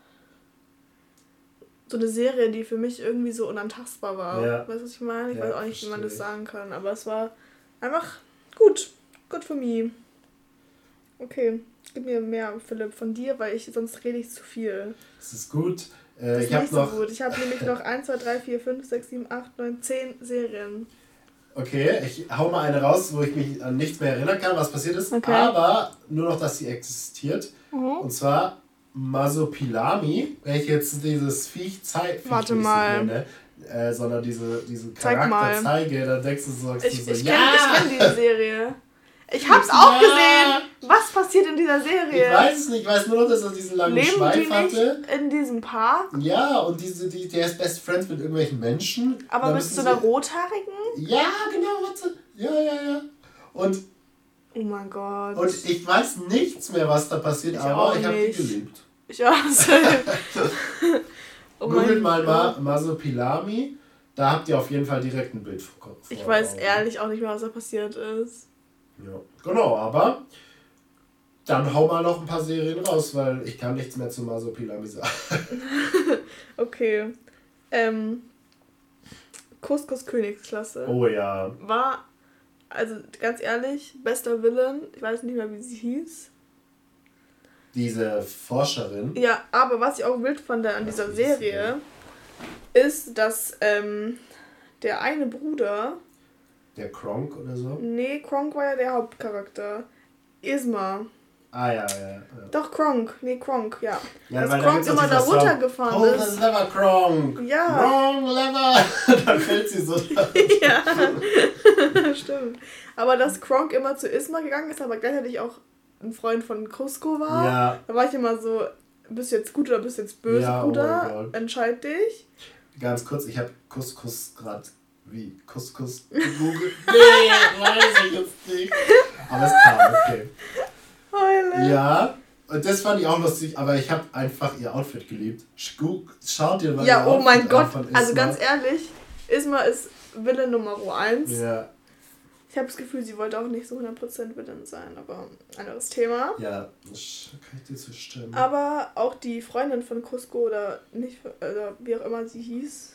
eine Serie, die für mich irgendwie so unantastbar war. Ja. Weißt du, was ich meine? Ich weiß auch nicht, wie man das sagen kann, aber es war einfach gut. Good for me. Okay, gib mir mehr, Philipp, von dir, weil sonst rede ich zu viel. Das ist gut. Das ist nicht so gut. Ich habe nämlich noch 1, 2, 3, 4, 5, 6, 7, 8, 9, 10 Serien. Okay, ich hau mal eine raus, wo ich mich an nichts mehr erinnern kann, was passiert ist. Okay. Aber nur noch, dass sie existiert. Und zwar Masopilami, wenn ich jetzt dieses Viech nenne, sondern diesen Charakter zeige, dann denkst du so, ich kenn diese Serie. Ich hab's auch gesehen. Was passiert in in dieser Serie? Ich weiß es nicht, ich weiß nur noch, dass er diesen langen Schweif hatte. In diesem Park? Ja, und der ist Best Friends mit irgendwelchen Menschen. Aber mit so einer rothaarigen? Ja, genau, warte. Ja. Und oh mein Gott. Und ich weiß nichts mehr, was da passiert, aber ich habe die geliebt. Ich auch. Oh googelt mal Masopilami, da habt ihr auf jeden Fall direkt ein Bild vor. Ich weiß ehrlich auch nicht mehr, was da passiert ist. Ja, genau, aber dann hau mal noch ein paar Serien raus, weil ich kann nichts mehr zu Masopilami sagen. Okay. Couscous Königsklasse. Oh ja. War, also ganz ehrlich, bester Villain. Ich weiß nicht mehr, wie sie hieß. Diese Forscherin. Ja, aber was ich auch wild fand an dieser Serie, ist, dass der eine Bruder... Der Kronk oder so? Nee, Kronk war ja der Hauptcharakter. Isma. Ah, ja. Doch, Kronk. Nee, Kronk, ja. Ja, dass Kronk immer da runtergefahren ist. Oh, das lever, Kronk. Ja. Wrong lever. Dann fällt sie so da. Ja, stimmt. Aber dass Kronk immer zu Isma gegangen ist, aber gleichzeitig auch ein Freund von Cusco war. Ja. Da war ich immer so, bist du jetzt gut oder bist du jetzt böse, ja, Bruder? Oh, entscheid dich. Ganz kurz, ich habe Couscous gerade wie Couscous gegoogelt. Nee, weiß ich jetzt nicht. Aber es kam, okay. Heule. Ja, und das fand ich auch lustig, aber ich habe einfach ihr Outfit geliebt. Schaut dir mal ja, oh mein Gott, also ganz ehrlich, Isma ist Villain Nummer 1. Ja. Ich habe das Gefühl, sie wollte auch nicht so 100% Villain sein, aber anderes Thema. Ja, das kann ich dir zustimmen. Aber auch die Freundin von Cusco oder nicht, oder wie auch immer sie hieß,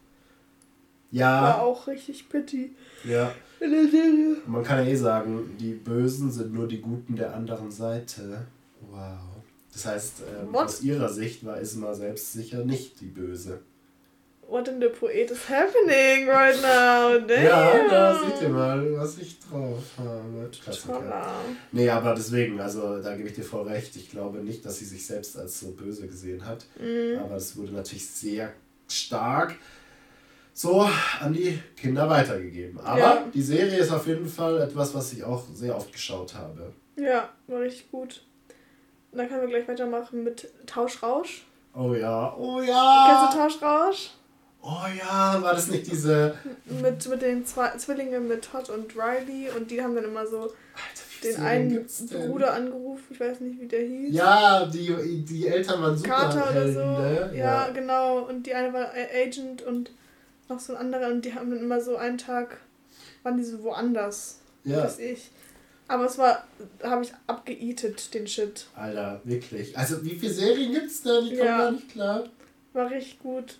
war auch richtig pretty. Ja. In der Serie. Man kann ja sagen, die Bösen sind nur die Guten der anderen Seite. Wow. Das heißt, aus ihrer Sicht war Isma selbst sicher nicht die Böse. What in the poet is happening right now? Damn. Ja, da seht ihr mal, was ich drauf habe. Klassiker. Nee, aber deswegen, also da gebe ich dir voll recht. Ich glaube nicht, dass sie sich selbst als so böse gesehen hat. Aber es wurde natürlich sehr stark so an die Kinder weitergegeben. Aber die Serie ist auf jeden Fall etwas, was ich auch sehr oft geschaut habe. Ja, war richtig gut. Und dann können wir gleich weitermachen mit Tauschrausch. Oh ja, oh ja. Kennst du Tauschrausch? Oh ja, war das nicht diese... Mit den zwei Zwillingen, mit Todd und Riley, und die haben dann immer so den einen Bruder angerufen, ich weiß nicht, wie der hieß. Ja, die Eltern waren super Carter oder so. Ne? Ja, genau, und die eine war Agent und noch so ein anderer, und die haben dann immer so einen Tag, waren die so woanders, weiß ich. Aber es war, da habe ich abgeeatet, den Shit. Alter, wirklich. Also wie viele Serien gibt's da? Die kommen gar nicht klar. War richtig gut.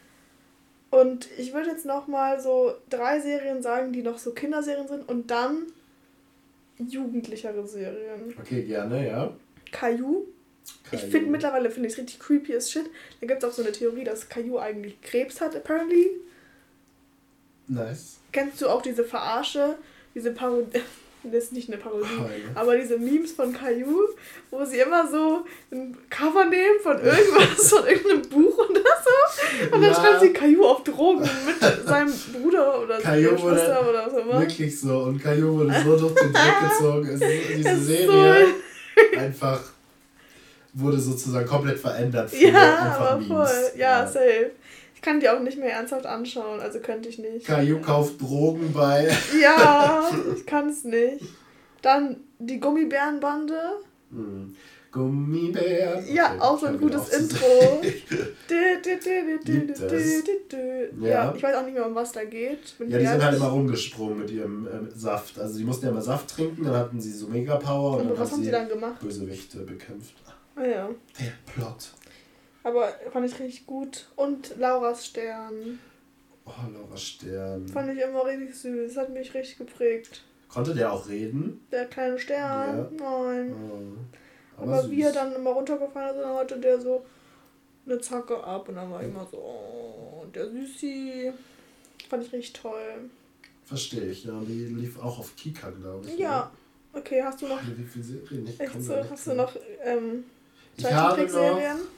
Und ich würde jetzt nochmal so 3 Serien sagen, die noch so Kinderserien sind und dann jugendlichere Serien. Okay, gerne, ja. Caillou. Ich finde mittlerweile ich es richtig creepy as shit. Da gibt es auch so eine Theorie, dass Caillou eigentlich Krebs hat, apparently. Nice. Kennst du auch diese Verarsche, diese Parodie? Das ist nicht eine Parodie, aber diese Memes von Caillou, wo sie immer so ein Cover nehmen von irgendwas, von irgendeinem Buch oder so, und dann schreibt sie Caillou auf Drogen mit seinem Bruder oder seiner Schwester oder was auch immer. Wirklich so, und Caillou wurde so durch den Dreck gezogen. Es ist diese Serie einfach wurde sozusagen komplett verändert für aber Memes. Voll, ja, safe. Ich kann die auch nicht mehr ernsthaft anschauen, also könnte ich nicht. Caillou kauft Drogen bei... Ja, ich kann es nicht. Dann die Gummibärenbande. Gummibären. Ja, okay, auch so ein gutes Intro. Ja, ich weiß auch nicht mehr, um was da geht. Ja, die sind halt immer rumgesprungen mit ihrem Saft. Also die mussten ja immer Saft trinken, dann hatten sie so Mega-Power und dann was haben sie dann gemacht? Bösewichte bekämpft. Ah ja. Der Plot. Aber fand ich richtig gut. Und Lauras Stern. Oh, Laura Stern. Fand ich immer richtig süß. Hat mich richtig geprägt. Konnte der auch reden? Der kleine Stern? Ja. Nein. Oh, aber wie er dann immer runtergefallen ist, dann hatte der so eine Zacke ab. Und dann war ich immer so, oh, der Süßi. Fand ich richtig toll. Verstehe ich, ja. Die lief auch auf Kika, glaube ich. Ja. Ne? Okay, hast du noch... Wie viele Serien? Echt so? Hast du noch ich habe noch...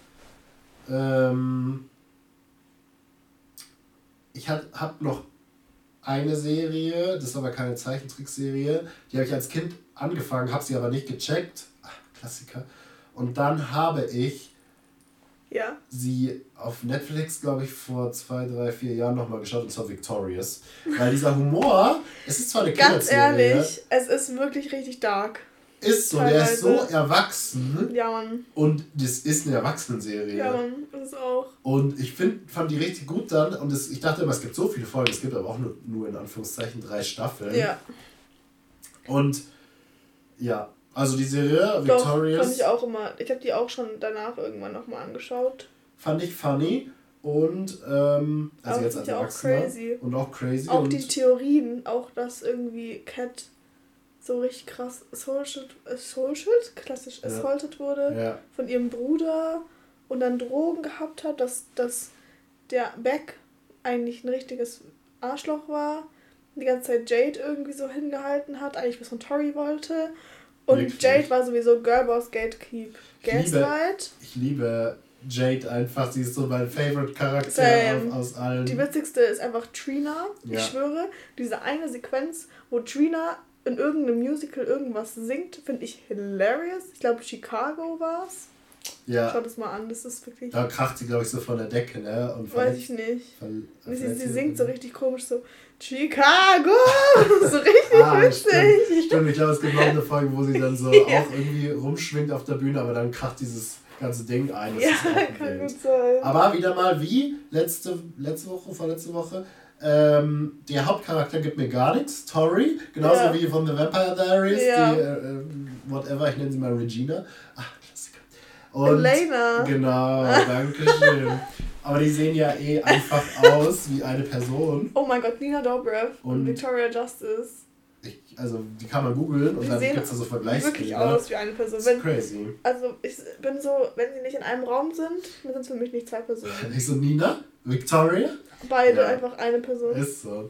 Ich hab noch eine Serie, das ist aber keine Zeichentrickserie, die habe ich als Kind angefangen, habe sie aber nicht gecheckt. Klassiker. Und dann habe ich sie auf Netflix, glaube ich, vor 2, 3, 4 Jahren nochmal geschaut, und zwar Victorious. Weil dieser Humor, es ist zwar eine Kinderserie. Ganz ehrlich, es ist wirklich richtig dark. Ist so, teilweise. Der ist so erwachsen. Ja, Mann. Und das ist eine Erwachsenenserie. Ja, Mann, das ist auch. Und ich fand die richtig gut dann. Und ich dachte immer, es gibt so viele Folgen, es gibt aber auch nur in Anführungszeichen 3 Staffeln. Ja. Und ja, also die Serie Victorious. Fand ich auch immer. Ich habe die auch schon danach irgendwann nochmal angeschaut. Fand ich funny. Und also jetzt als Erwachsener. Auch crazy. Und auch crazy. Auch die Theorien, auch dass irgendwie Cat so richtig krass assaulted wurde von ihrem Bruder und dann Drogen gehabt hat, dass der Beck eigentlich ein richtiges Arschloch war, die ganze Zeit Jade irgendwie so hingehalten hat, eigentlich was von Tori wollte und wirklich? Jade war sowieso Girlboss Gatekeep. Ich liebe Jade einfach, sie ist so mein Favorite-Charakter aus allen. Die witzigste ist einfach Trina, ich schwöre, diese eine Sequenz, wo Trina in irgendeinem Musical irgendwas singt, finde ich hilarious. Ich glaube, Chicago war's. Ja. Schaut es mal an, das ist wirklich... Da kracht sie, glaube ich, so von der Decke, ne? Und weiß ich nicht. Sie singt so richtig komisch, so Chicago! So richtig witzig. Stimmt, ich glaube, es gibt noch eine Folge, wo sie dann so auch irgendwie rumschwingt auf der Bühne, aber dann kracht dieses ganze Ding ein. Das ist auch kann gut sein. Aber wieder mal wie vorletzte Woche, der Hauptcharakter gibt mir gar nichts, Tori, genauso wie von The Vampire Diaries, die, whatever, ich nenne sie mal Regina. Ach, Klassiker. Und Elena. Genau, danke schön. Aber die sehen ja einfach aus wie eine Person. Oh mein Gott, Nina Dobrev und Victoria Justice. Also die kann man googeln und dann gibt es da so Vergleichsbilder. Wirklich aus wie eine Person. Das ist crazy. Also ich bin so, wenn sie nicht in einem Raum sind, dann sind es für mich nicht 2 Personen. Nicht so Nina? Victoria? Beide einfach eine Person. Ist so.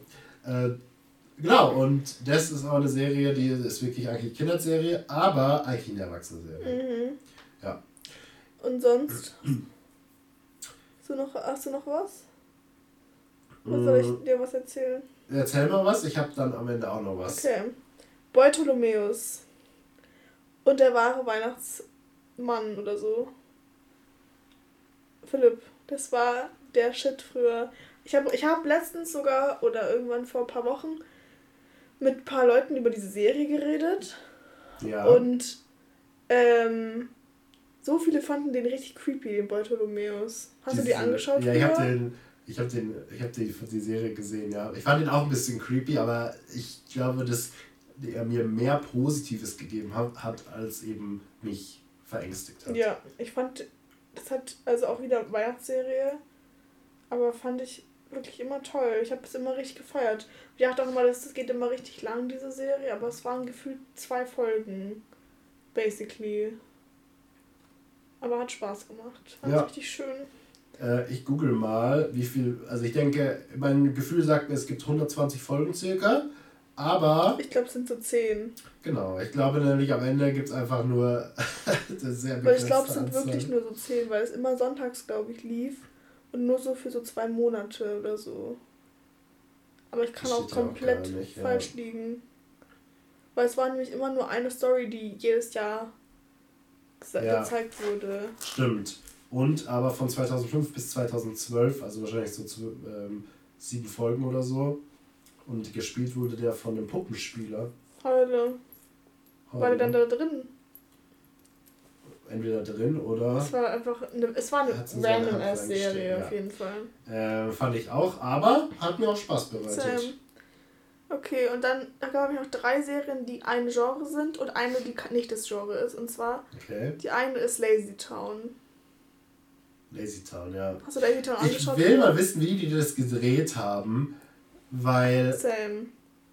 Genau, und das ist auch eine Serie, die ist wirklich eigentlich eine Kinderserie, aber eigentlich eine Erwachsenenserie. Mhm. Ja. Und sonst? Hast du noch was? Oder soll ich dir was erzählen? Erzähl mal was, ich habe dann am Ende auch noch was. Okay. Bartholomäus und der wahre Weihnachtsmann oder so. Philipp, das war der Shit früher. Ich hab letztens sogar, oder irgendwann vor ein paar Wochen, mit ein paar Leuten über diese Serie geredet. Ja. Und so viele fanden den richtig creepy, den Bartholomäus. Hast du die angeschaut? Ja, ich hab die Serie gesehen, ja. Ich fand ihn auch ein bisschen creepy, aber ich glaube, dass er mir mehr Positives gegeben hat, als eben mich verängstigt hat. Ja, ich fand, das hat also auch wieder Weihnachtsserie, aber fand ich wirklich immer toll. Ich habe es immer richtig gefeiert. Ich dachte auch immer, das geht immer richtig lang, diese Serie, aber es waren gefühlt 2 Folgen, basically. Aber hat Spaß gemacht. Fand richtig schön. Ich google mal, wie viel, also ich denke, mein Gefühl sagt mir, es gibt 120 Folgen circa, aber... Ich glaube, es sind so 10. Genau, ich glaube nämlich, am Ende gibt es einfach nur das sehr begrenzte Weil ich glaube, es sind wirklich nur so 10, weil es immer sonntags, glaube ich, lief und nur so für so 2 Monate oder so. Aber ich kann auch komplett falsch liegen. Weil es war nämlich immer nur eine Story, die jedes Jahr gezeigt wurde. Stimmt. Und aber von 2005 bis 2012, also wahrscheinlich so 7 Folgen oder so. Und gespielt wurde der von einem Puppenspieler. Heule. War der dann da drin? Entweder drin oder... Es war einfach eine Random-Ass-Serie auf jeden Fall. Fand ich auch, aber hat mir auch Spaß bereitet. Okay, und dann habe ich noch 3 Serien, die ein Genre sind und eine, die nicht das Genre ist. Und zwar, die eine ist Lazy Town. Lazy Town, ja. Hast du Lazy Town angeschaut? Ich will mal wissen, wie die das gedreht haben, weil... Same.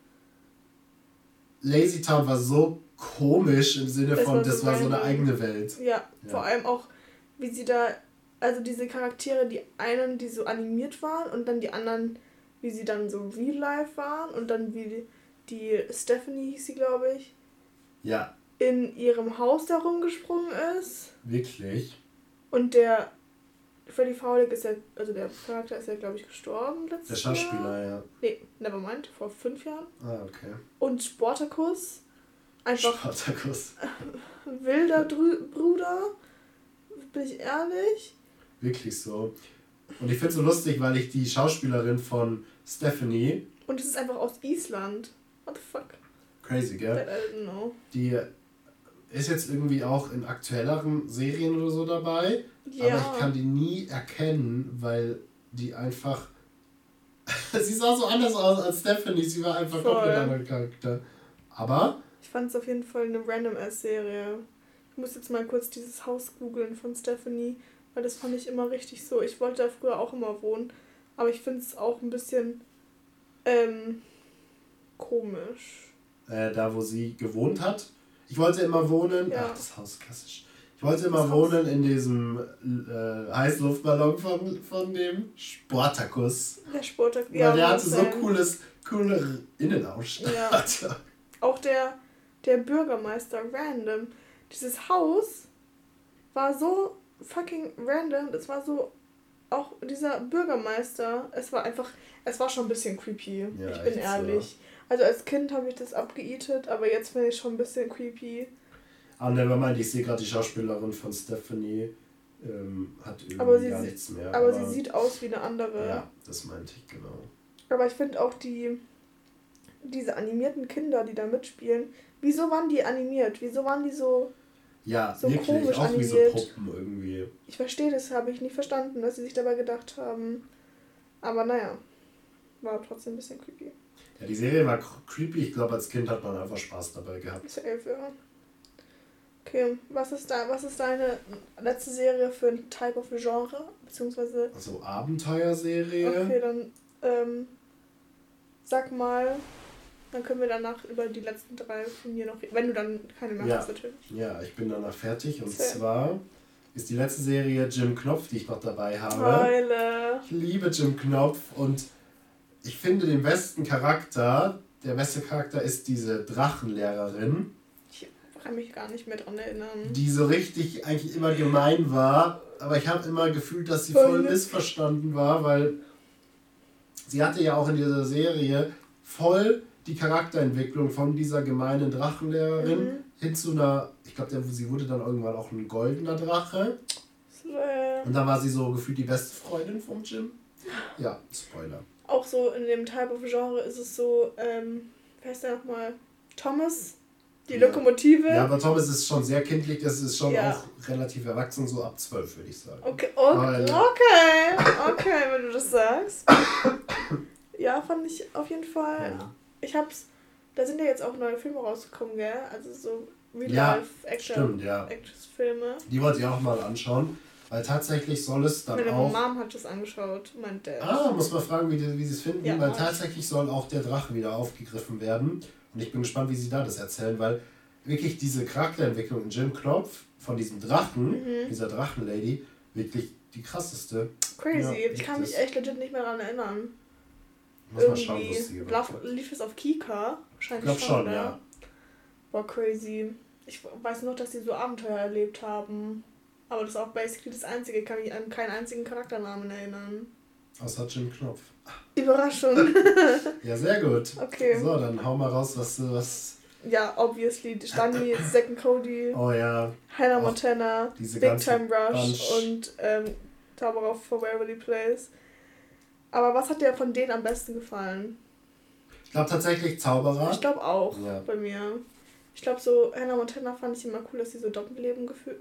Lazy Town war so komisch im Sinne von, das war so eine eigene Welt. Ja, vor allem auch, wie sie da... Also diese Charaktere, die einen, die so animiert waren und dann die anderen... wie sie dann so real life waren und dann wie die Stephanie hieß sie, glaube ich. Ja. In ihrem Haus da rumgesprungen ist. Wirklich? Und der Freddy Fowling ist ja, also der Charakter ist ja, glaube ich, gestorben letztes Jahr. Der Schauspieler, ja. Nee, nevermind, vor 5 Jahren. Ah, okay. Und Sportacus Einfach Spartacus. Wilder Bruder, bin ich ehrlich. Wirklich so. Und ich finde es so lustig, weil ich die Schauspielerin von Stephanie... Und es ist einfach aus Island. What the fuck? Crazy, gell? I don't know. Die ist jetzt irgendwie auch in aktuelleren Serien oder so dabei. Ja. Aber ich kann die nie erkennen, weil die einfach... sie sah so anders aus als Stephanie. Sie war einfach komplett ein anderer Charakter. Aber... Ich fand es auf jeden Fall eine Random-Ass-Serie. Ich muss jetzt mal kurz dieses Haus googeln von Stephanie, weil das fand ich immer richtig so. Ich wollte da früher auch immer wohnen, aber ich finde es auch ein bisschen komisch. Da, wo sie gewohnt hat. Ich wollte immer wohnen... Ja. Ach, das Haus, klassisch. Ich wollte immer wohnen in diesem Heißluftballon von dem Spartacus. Der Spartacus, ja. Weil der hatte so coole Innenausstatter. Ja. Auch der Bürgermeister, random. Dieses Haus war so fucking random. Es war so, auch dieser Bürgermeister, es war schon ein bisschen creepy. Ja, ich bin ehrlich. So. Also als Kind habe ich das abgeeatet, aber jetzt finde ich schon ein bisschen creepy. Ah, nevermind, ich sehe gerade die Schauspielerin von Stephanie hat irgendwie gar nichts mehr. Aber sie sieht aus wie eine andere. Ja, das meinte ich, genau. Aber ich finde auch diese animierten Kinder, die da mitspielen, wieso waren die animiert? Wieso waren die so, so wirklich, komisch auch animiert? Wie so Puppen irgendwie. Ich verstehe das, habe ich nicht verstanden, dass sie sich dabei gedacht haben. Aber naja, war trotzdem ein bisschen creepy. Ja, die Serie war creepy. Ich glaube, als Kind hat man einfach Spaß dabei gehabt. Ist ja 11 Jahre. Okay, was ist deine letzte Serie für ein Type of Genre? Beziehungsweise... Also Abenteuerserie. Okay, dann sag mal, dann können wir danach über die letzten 3 von mir noch reden. Wenn du dann keine mehr hast, natürlich. Ja, ich bin danach fertig. Und zwar ist die letzte Serie Jim Knopf, die ich noch dabei habe. Heule. Ich liebe Jim Knopf und ich finde der beste Charakter ist diese Drachenlehrerin. Ich kann mich gar nicht mehr dran erinnern. Die so richtig eigentlich immer gemein war, aber ich habe immer gefühlt, dass sie voll missverstanden war, weil sie hatte ja auch in dieser Serie voll die Charakterentwicklung von dieser gemeinen Drachenlehrerin hin zu einer, ich glaube, sie wurde dann irgendwann auch ein goldener Drache. Und dann war sie so gefühlt die beste Freundin vom Jim. Ja, Spoiler. Auch so in dem Type of Genre ist es so, wer heißt der nochmal? Thomas, die Lokomotive. Ja, aber Thomas ist schon sehr kindlich, das ist schon auch relativ erwachsen, so ab 12 würde ich sagen. Okay, wenn du das sagst. Ja, fand ich auf jeden Fall. Ja. Da sind ja jetzt auch neue Filme rausgekommen, gell? Also so Real-Life-Action-Filme. Die wollte ich auch mal anschauen. Weil tatsächlich soll es dann auch... Meine Mom hat das angeschaut, meint der. Muss man fragen, wie sie es finden, weil tatsächlich soll auch der Drache wieder aufgegriffen werden. Und ich bin gespannt, wie sie da das erzählen, weil wirklich diese Charakterentwicklung in Jim Knopf von diesem Drachen, dieser Drachenlady, wirklich die krasseste. Crazy, ja, ich kann mich echt legit nicht mehr daran erinnern. Muss man schauen, lustige lief es auf Kika? Wahrscheinlich ich glaube schon, ja. War crazy. Ich weiß noch, dass sie so Abenteuer erlebt haben. Aber das ist auch basically das Einzige. Ich kann mich an keinen einzigen Charakternamen erinnern. Außer Jim Knopf. Überraschung. Ja, sehr gut. Okay. So, dann hau mal raus, was... Ja, obviously. Stani, Zack and Cody. Oh ja. Hannah Montana. Big Time Rush. Und Zauberer for Waverly Place. Aber was hat dir von denen am besten gefallen? Ich glaube tatsächlich Zauberer. Ich glaube auch, bei mir. Ich glaube so, Hannah Montana fand ich immer cool, dass sie so Doppelleben geführt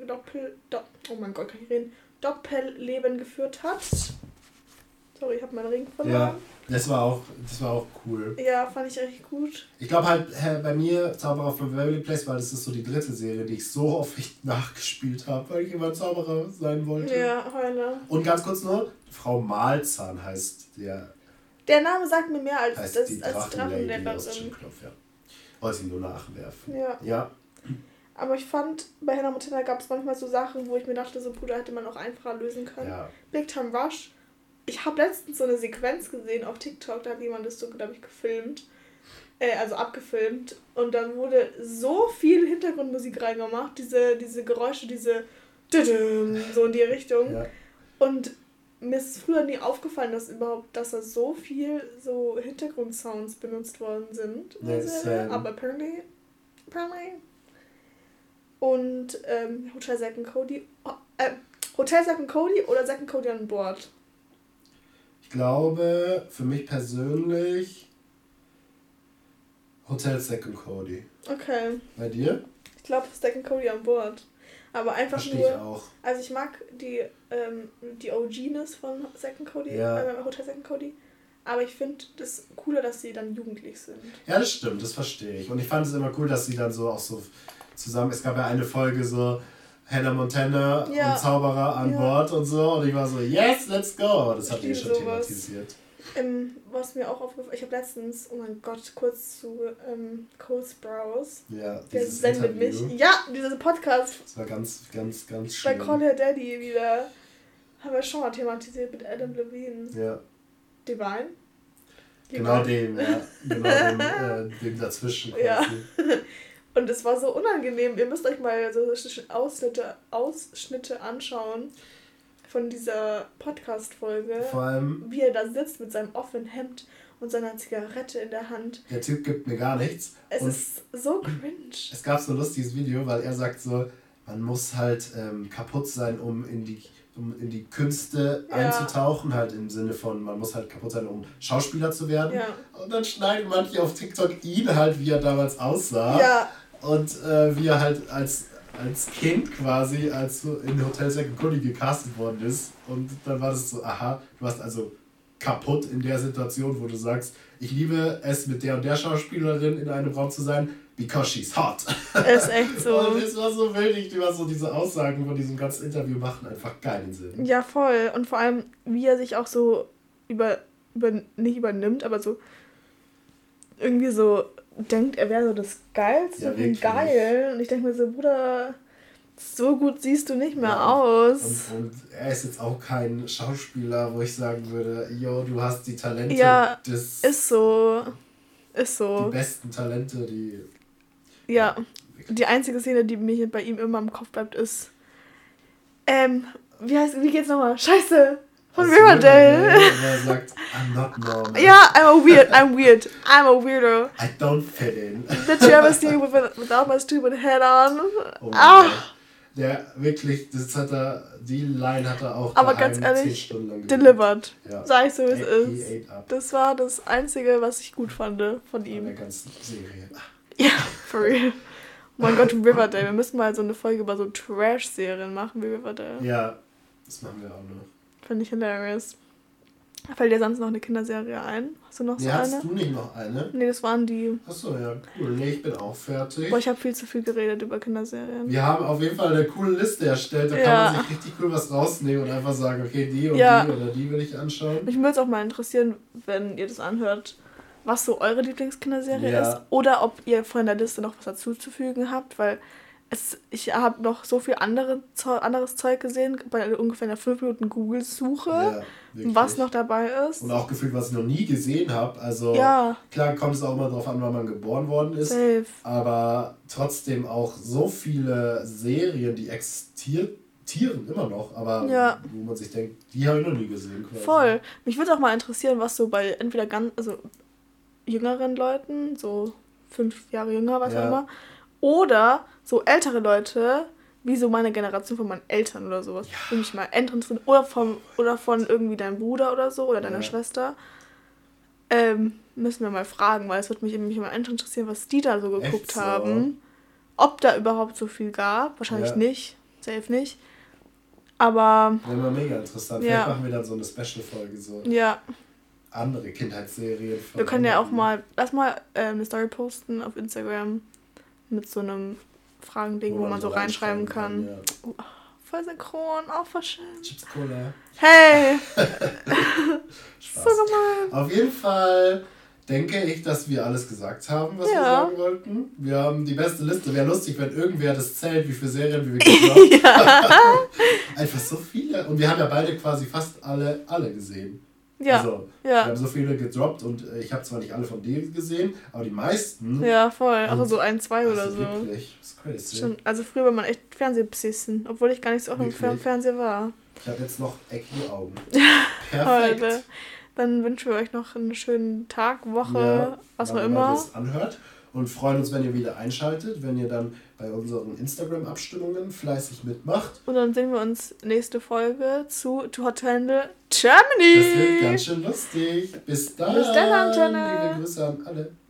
hat. Sorry, ich habe meinen Ring verloren. Ja, das war auch cool. Ja, fand ich echt gut. Ich glaube halt, bei mir Zauberer von Waverly Place, weil das ist so die 3. Serie, die ich so oft nachgespielt habe, weil ich immer Zauberer sein wollte. Ja, Heule. Und ganz kurz nur, Frau Malzahn heißt der... Der Name sagt mir mehr als die Drachenlady aus Jim Knopf, ja. Wollte ich nur nachwerfen. Ja. Aber ich fand, bei Hannah Montana gab es manchmal so Sachen, wo ich mir dachte, so Bruder, hätte man auch einfacher lösen können. Ja. Big Time Rush. Ich habe letztens so eine Sequenz gesehen auf TikTok, da hat jemand das so, glaube ich, gefilmt. Also abgefilmt. Und dann wurde so viel Hintergrundmusik reingemacht. Diese Geräusche, so in die Richtung. Ja. Und mir ist früher nie aufgefallen, dass da so viel so Hintergrundsounds benutzt worden sind. Aber apparently apparently. Und Hotel Zack and Cody. Hotel Zack and Cody oder Zack and Cody an Bord? Ich glaube, für mich persönlich Hotel Zack and Cody. Okay. Bei dir? Ich glaube Zack and Cody an Bord. Aber einfach Verstehe nur. Ich auch. Also ich mag die OG-ness von Zack and Cody, Hotel Zack and Cody. Aber ich finde das cooler, dass sie dann jugendlich sind. Ja, das stimmt, das verstehe ich. Und ich fand es immer cool, dass sie dann so auch so zusammen, es gab ja eine Folge so Hannah Montana und Zauberer an Bord und so. Und ich war so, yes, let's go. Aber das hat ihr schon thematisiert. Was mir auch aufgefallen ist, ich habe letztens, oh mein Gott, kurz zu Cole Sprouse. Ja, der sendet mich. Ja, dieser Podcast. Das war ganz, ganz, ganz schön. Bei Call Her Daddy wieder. Haben wir schon mal thematisiert mit Adam Levine. Ja. Divine? Genau dem, ja. Genau dem dazwischen quasi. Ja. Und es war so unangenehm. Ihr müsst euch mal so Ausschnitte anschauen von dieser Podcast-Folge. Vor allem, wie er da sitzt mit seinem offenen Hemd und seiner Zigarette in der Hand. Der Typ gibt mir gar nichts. Es ist so cringe. Es gab so ein lustiges Video, weil er sagt so, man muss halt kaputt sein, um in die Künste einzutauchen, halt im Sinne von, man muss halt kaputt sein, um Schauspieler zu werden. Ja. Und dann schneiden manche auf TikTok ihn halt, wie er damals aussah. Ja. Und wie er halt als Kind quasi, als in Hotel Zack and Cody gecastet worden ist. Und dann war das so, aha, du warst also kaputt in der Situation, wo du sagst, ich liebe es, mit der und der Schauspielerin in einem Raum zu sein, because she's hot. Ist echt so. Und es war so wild, war so diese Aussagen von diesem ganzen Interview machen einfach keinen Sinn. Ja, voll. Und vor allem, wie er sich auch so nicht übernimmt, aber so irgendwie so denkt, er wäre so das Geilste und geil. Und ich denke mir so, Bruder, so gut siehst du nicht mehr aus. Und er ist jetzt auch kein Schauspieler, wo ich sagen würde, yo, du hast die Talente des... Ist so. Die besten Talente, die... Ja, die einzige Szene, die mir bei ihm immer im Kopf bleibt, ist... wie geht's nochmal? Scheiße! Von Riverdale. Er sagt, I'm not normal. Ja, I'm weird. I'm a weirdo. I don't fit in. Did you ever see me without my stupid head on? Oh der wirklich, die Line hat er auch aber ganz ehrlich, delivered. Ja. Sag ich so, wie es ist. Das war das Einzige, was ich gut fand von ihm. In der ganzen Serie. Ja, for real. Oh mein Gott, Riverdale. Wir müssen mal so eine Folge über so Trash-Serien machen wie Riverdale. Ja, das machen wir auch noch. Finde ich hilarious. Fällt dir sonst noch eine Kinderserie ein? Hast du noch so eine? Hast du nicht noch eine? Nee, das waren die. Achso, ja, cool. Nee, ich bin auch fertig. Boah, ich habe viel zu viel geredet über Kinderserien. Wir haben auf jeden Fall eine coole Liste erstellt. Da kann man sich richtig cool was rausnehmen und einfach sagen, okay, die und die oder die will ich anschauen. Mich würde es auch mal interessieren, wenn ihr das anhört, was so eure Lieblingskinderserie ist. Oder ob ihr von der Liste noch was dazuzufügen habt, weil ich habe noch so viel anderes Zeug gesehen, bei ungefähr einer 5 Minuten Google-Suche, was noch dabei ist. Und auch gefühlt, was ich noch nie gesehen habe. Also klar kommt es auch immer darauf an, wann man geboren worden ist. Safe. Aber trotzdem auch so viele Serien, die existieren immer noch, aber wo man sich denkt, die habe ich noch nie gesehen. Quasi. Voll. Mich würde auch mal interessieren, was so bei entweder jüngeren Leuten, so 5 Jahre jünger, was auch immer, oder so ältere Leute, wie so meine Generation von meinen Eltern oder sowas. Würde mich mal interessieren. Oder von irgendwie deinem Bruder oder so, oder deiner Schwester. Müssen wir mal fragen, weil es würde mich immer interessieren, was die da so geguckt haben. Ob da überhaupt so viel gab. Wahrscheinlich nicht. Safe nicht. Aber... Wäre mal mega interessant. Vielleicht machen wir dann so eine Special-Folge. So. Ja. Andere Kindheitsserien. Wir können ja auch mal... Lass mal eine Story posten auf Instagram mit so einem Fragending, wo man so reinschreiben kann. Voll synchron, auch voll schön. Chips Cola. Hey! So gemein. Auf jeden Fall denke ich, dass wir alles gesagt haben, was wir sagen wollten. Wir haben die beste Liste. Wäre lustig, wenn irgendwer das zählt, wie viele Serien wir gesehen haben. Einfach so viele. Und wir haben ja beide quasi fast alle gesehen. Ja. Also, wir haben so viele gedroppt und ich habe zwar nicht alle von denen gesehen, aber die meisten. Ja, voll. Also so 1, 2 oder so. Wirklich. Das ist crazy. Schon, also früher war man echt Fernsehbesessen, obwohl ich gar nicht so oft im Fernseher war. Ich habe jetzt noch eckige Augen. Perfekt. Heute. Dann wünschen wir euch noch einen schönen Tag, Woche, was auch immer. Das anhört. und freuen uns, wenn ihr wieder einschaltet, wenn ihr dann bei unseren Instagram-Abstimmungen fleißig mitmacht. Und dann sehen wir uns nächste Folge zu To Hot to Handle Germany. Das wird ganz schön lustig. Bis dann. Bis dann, Antenne. Liebe Grüße an alle.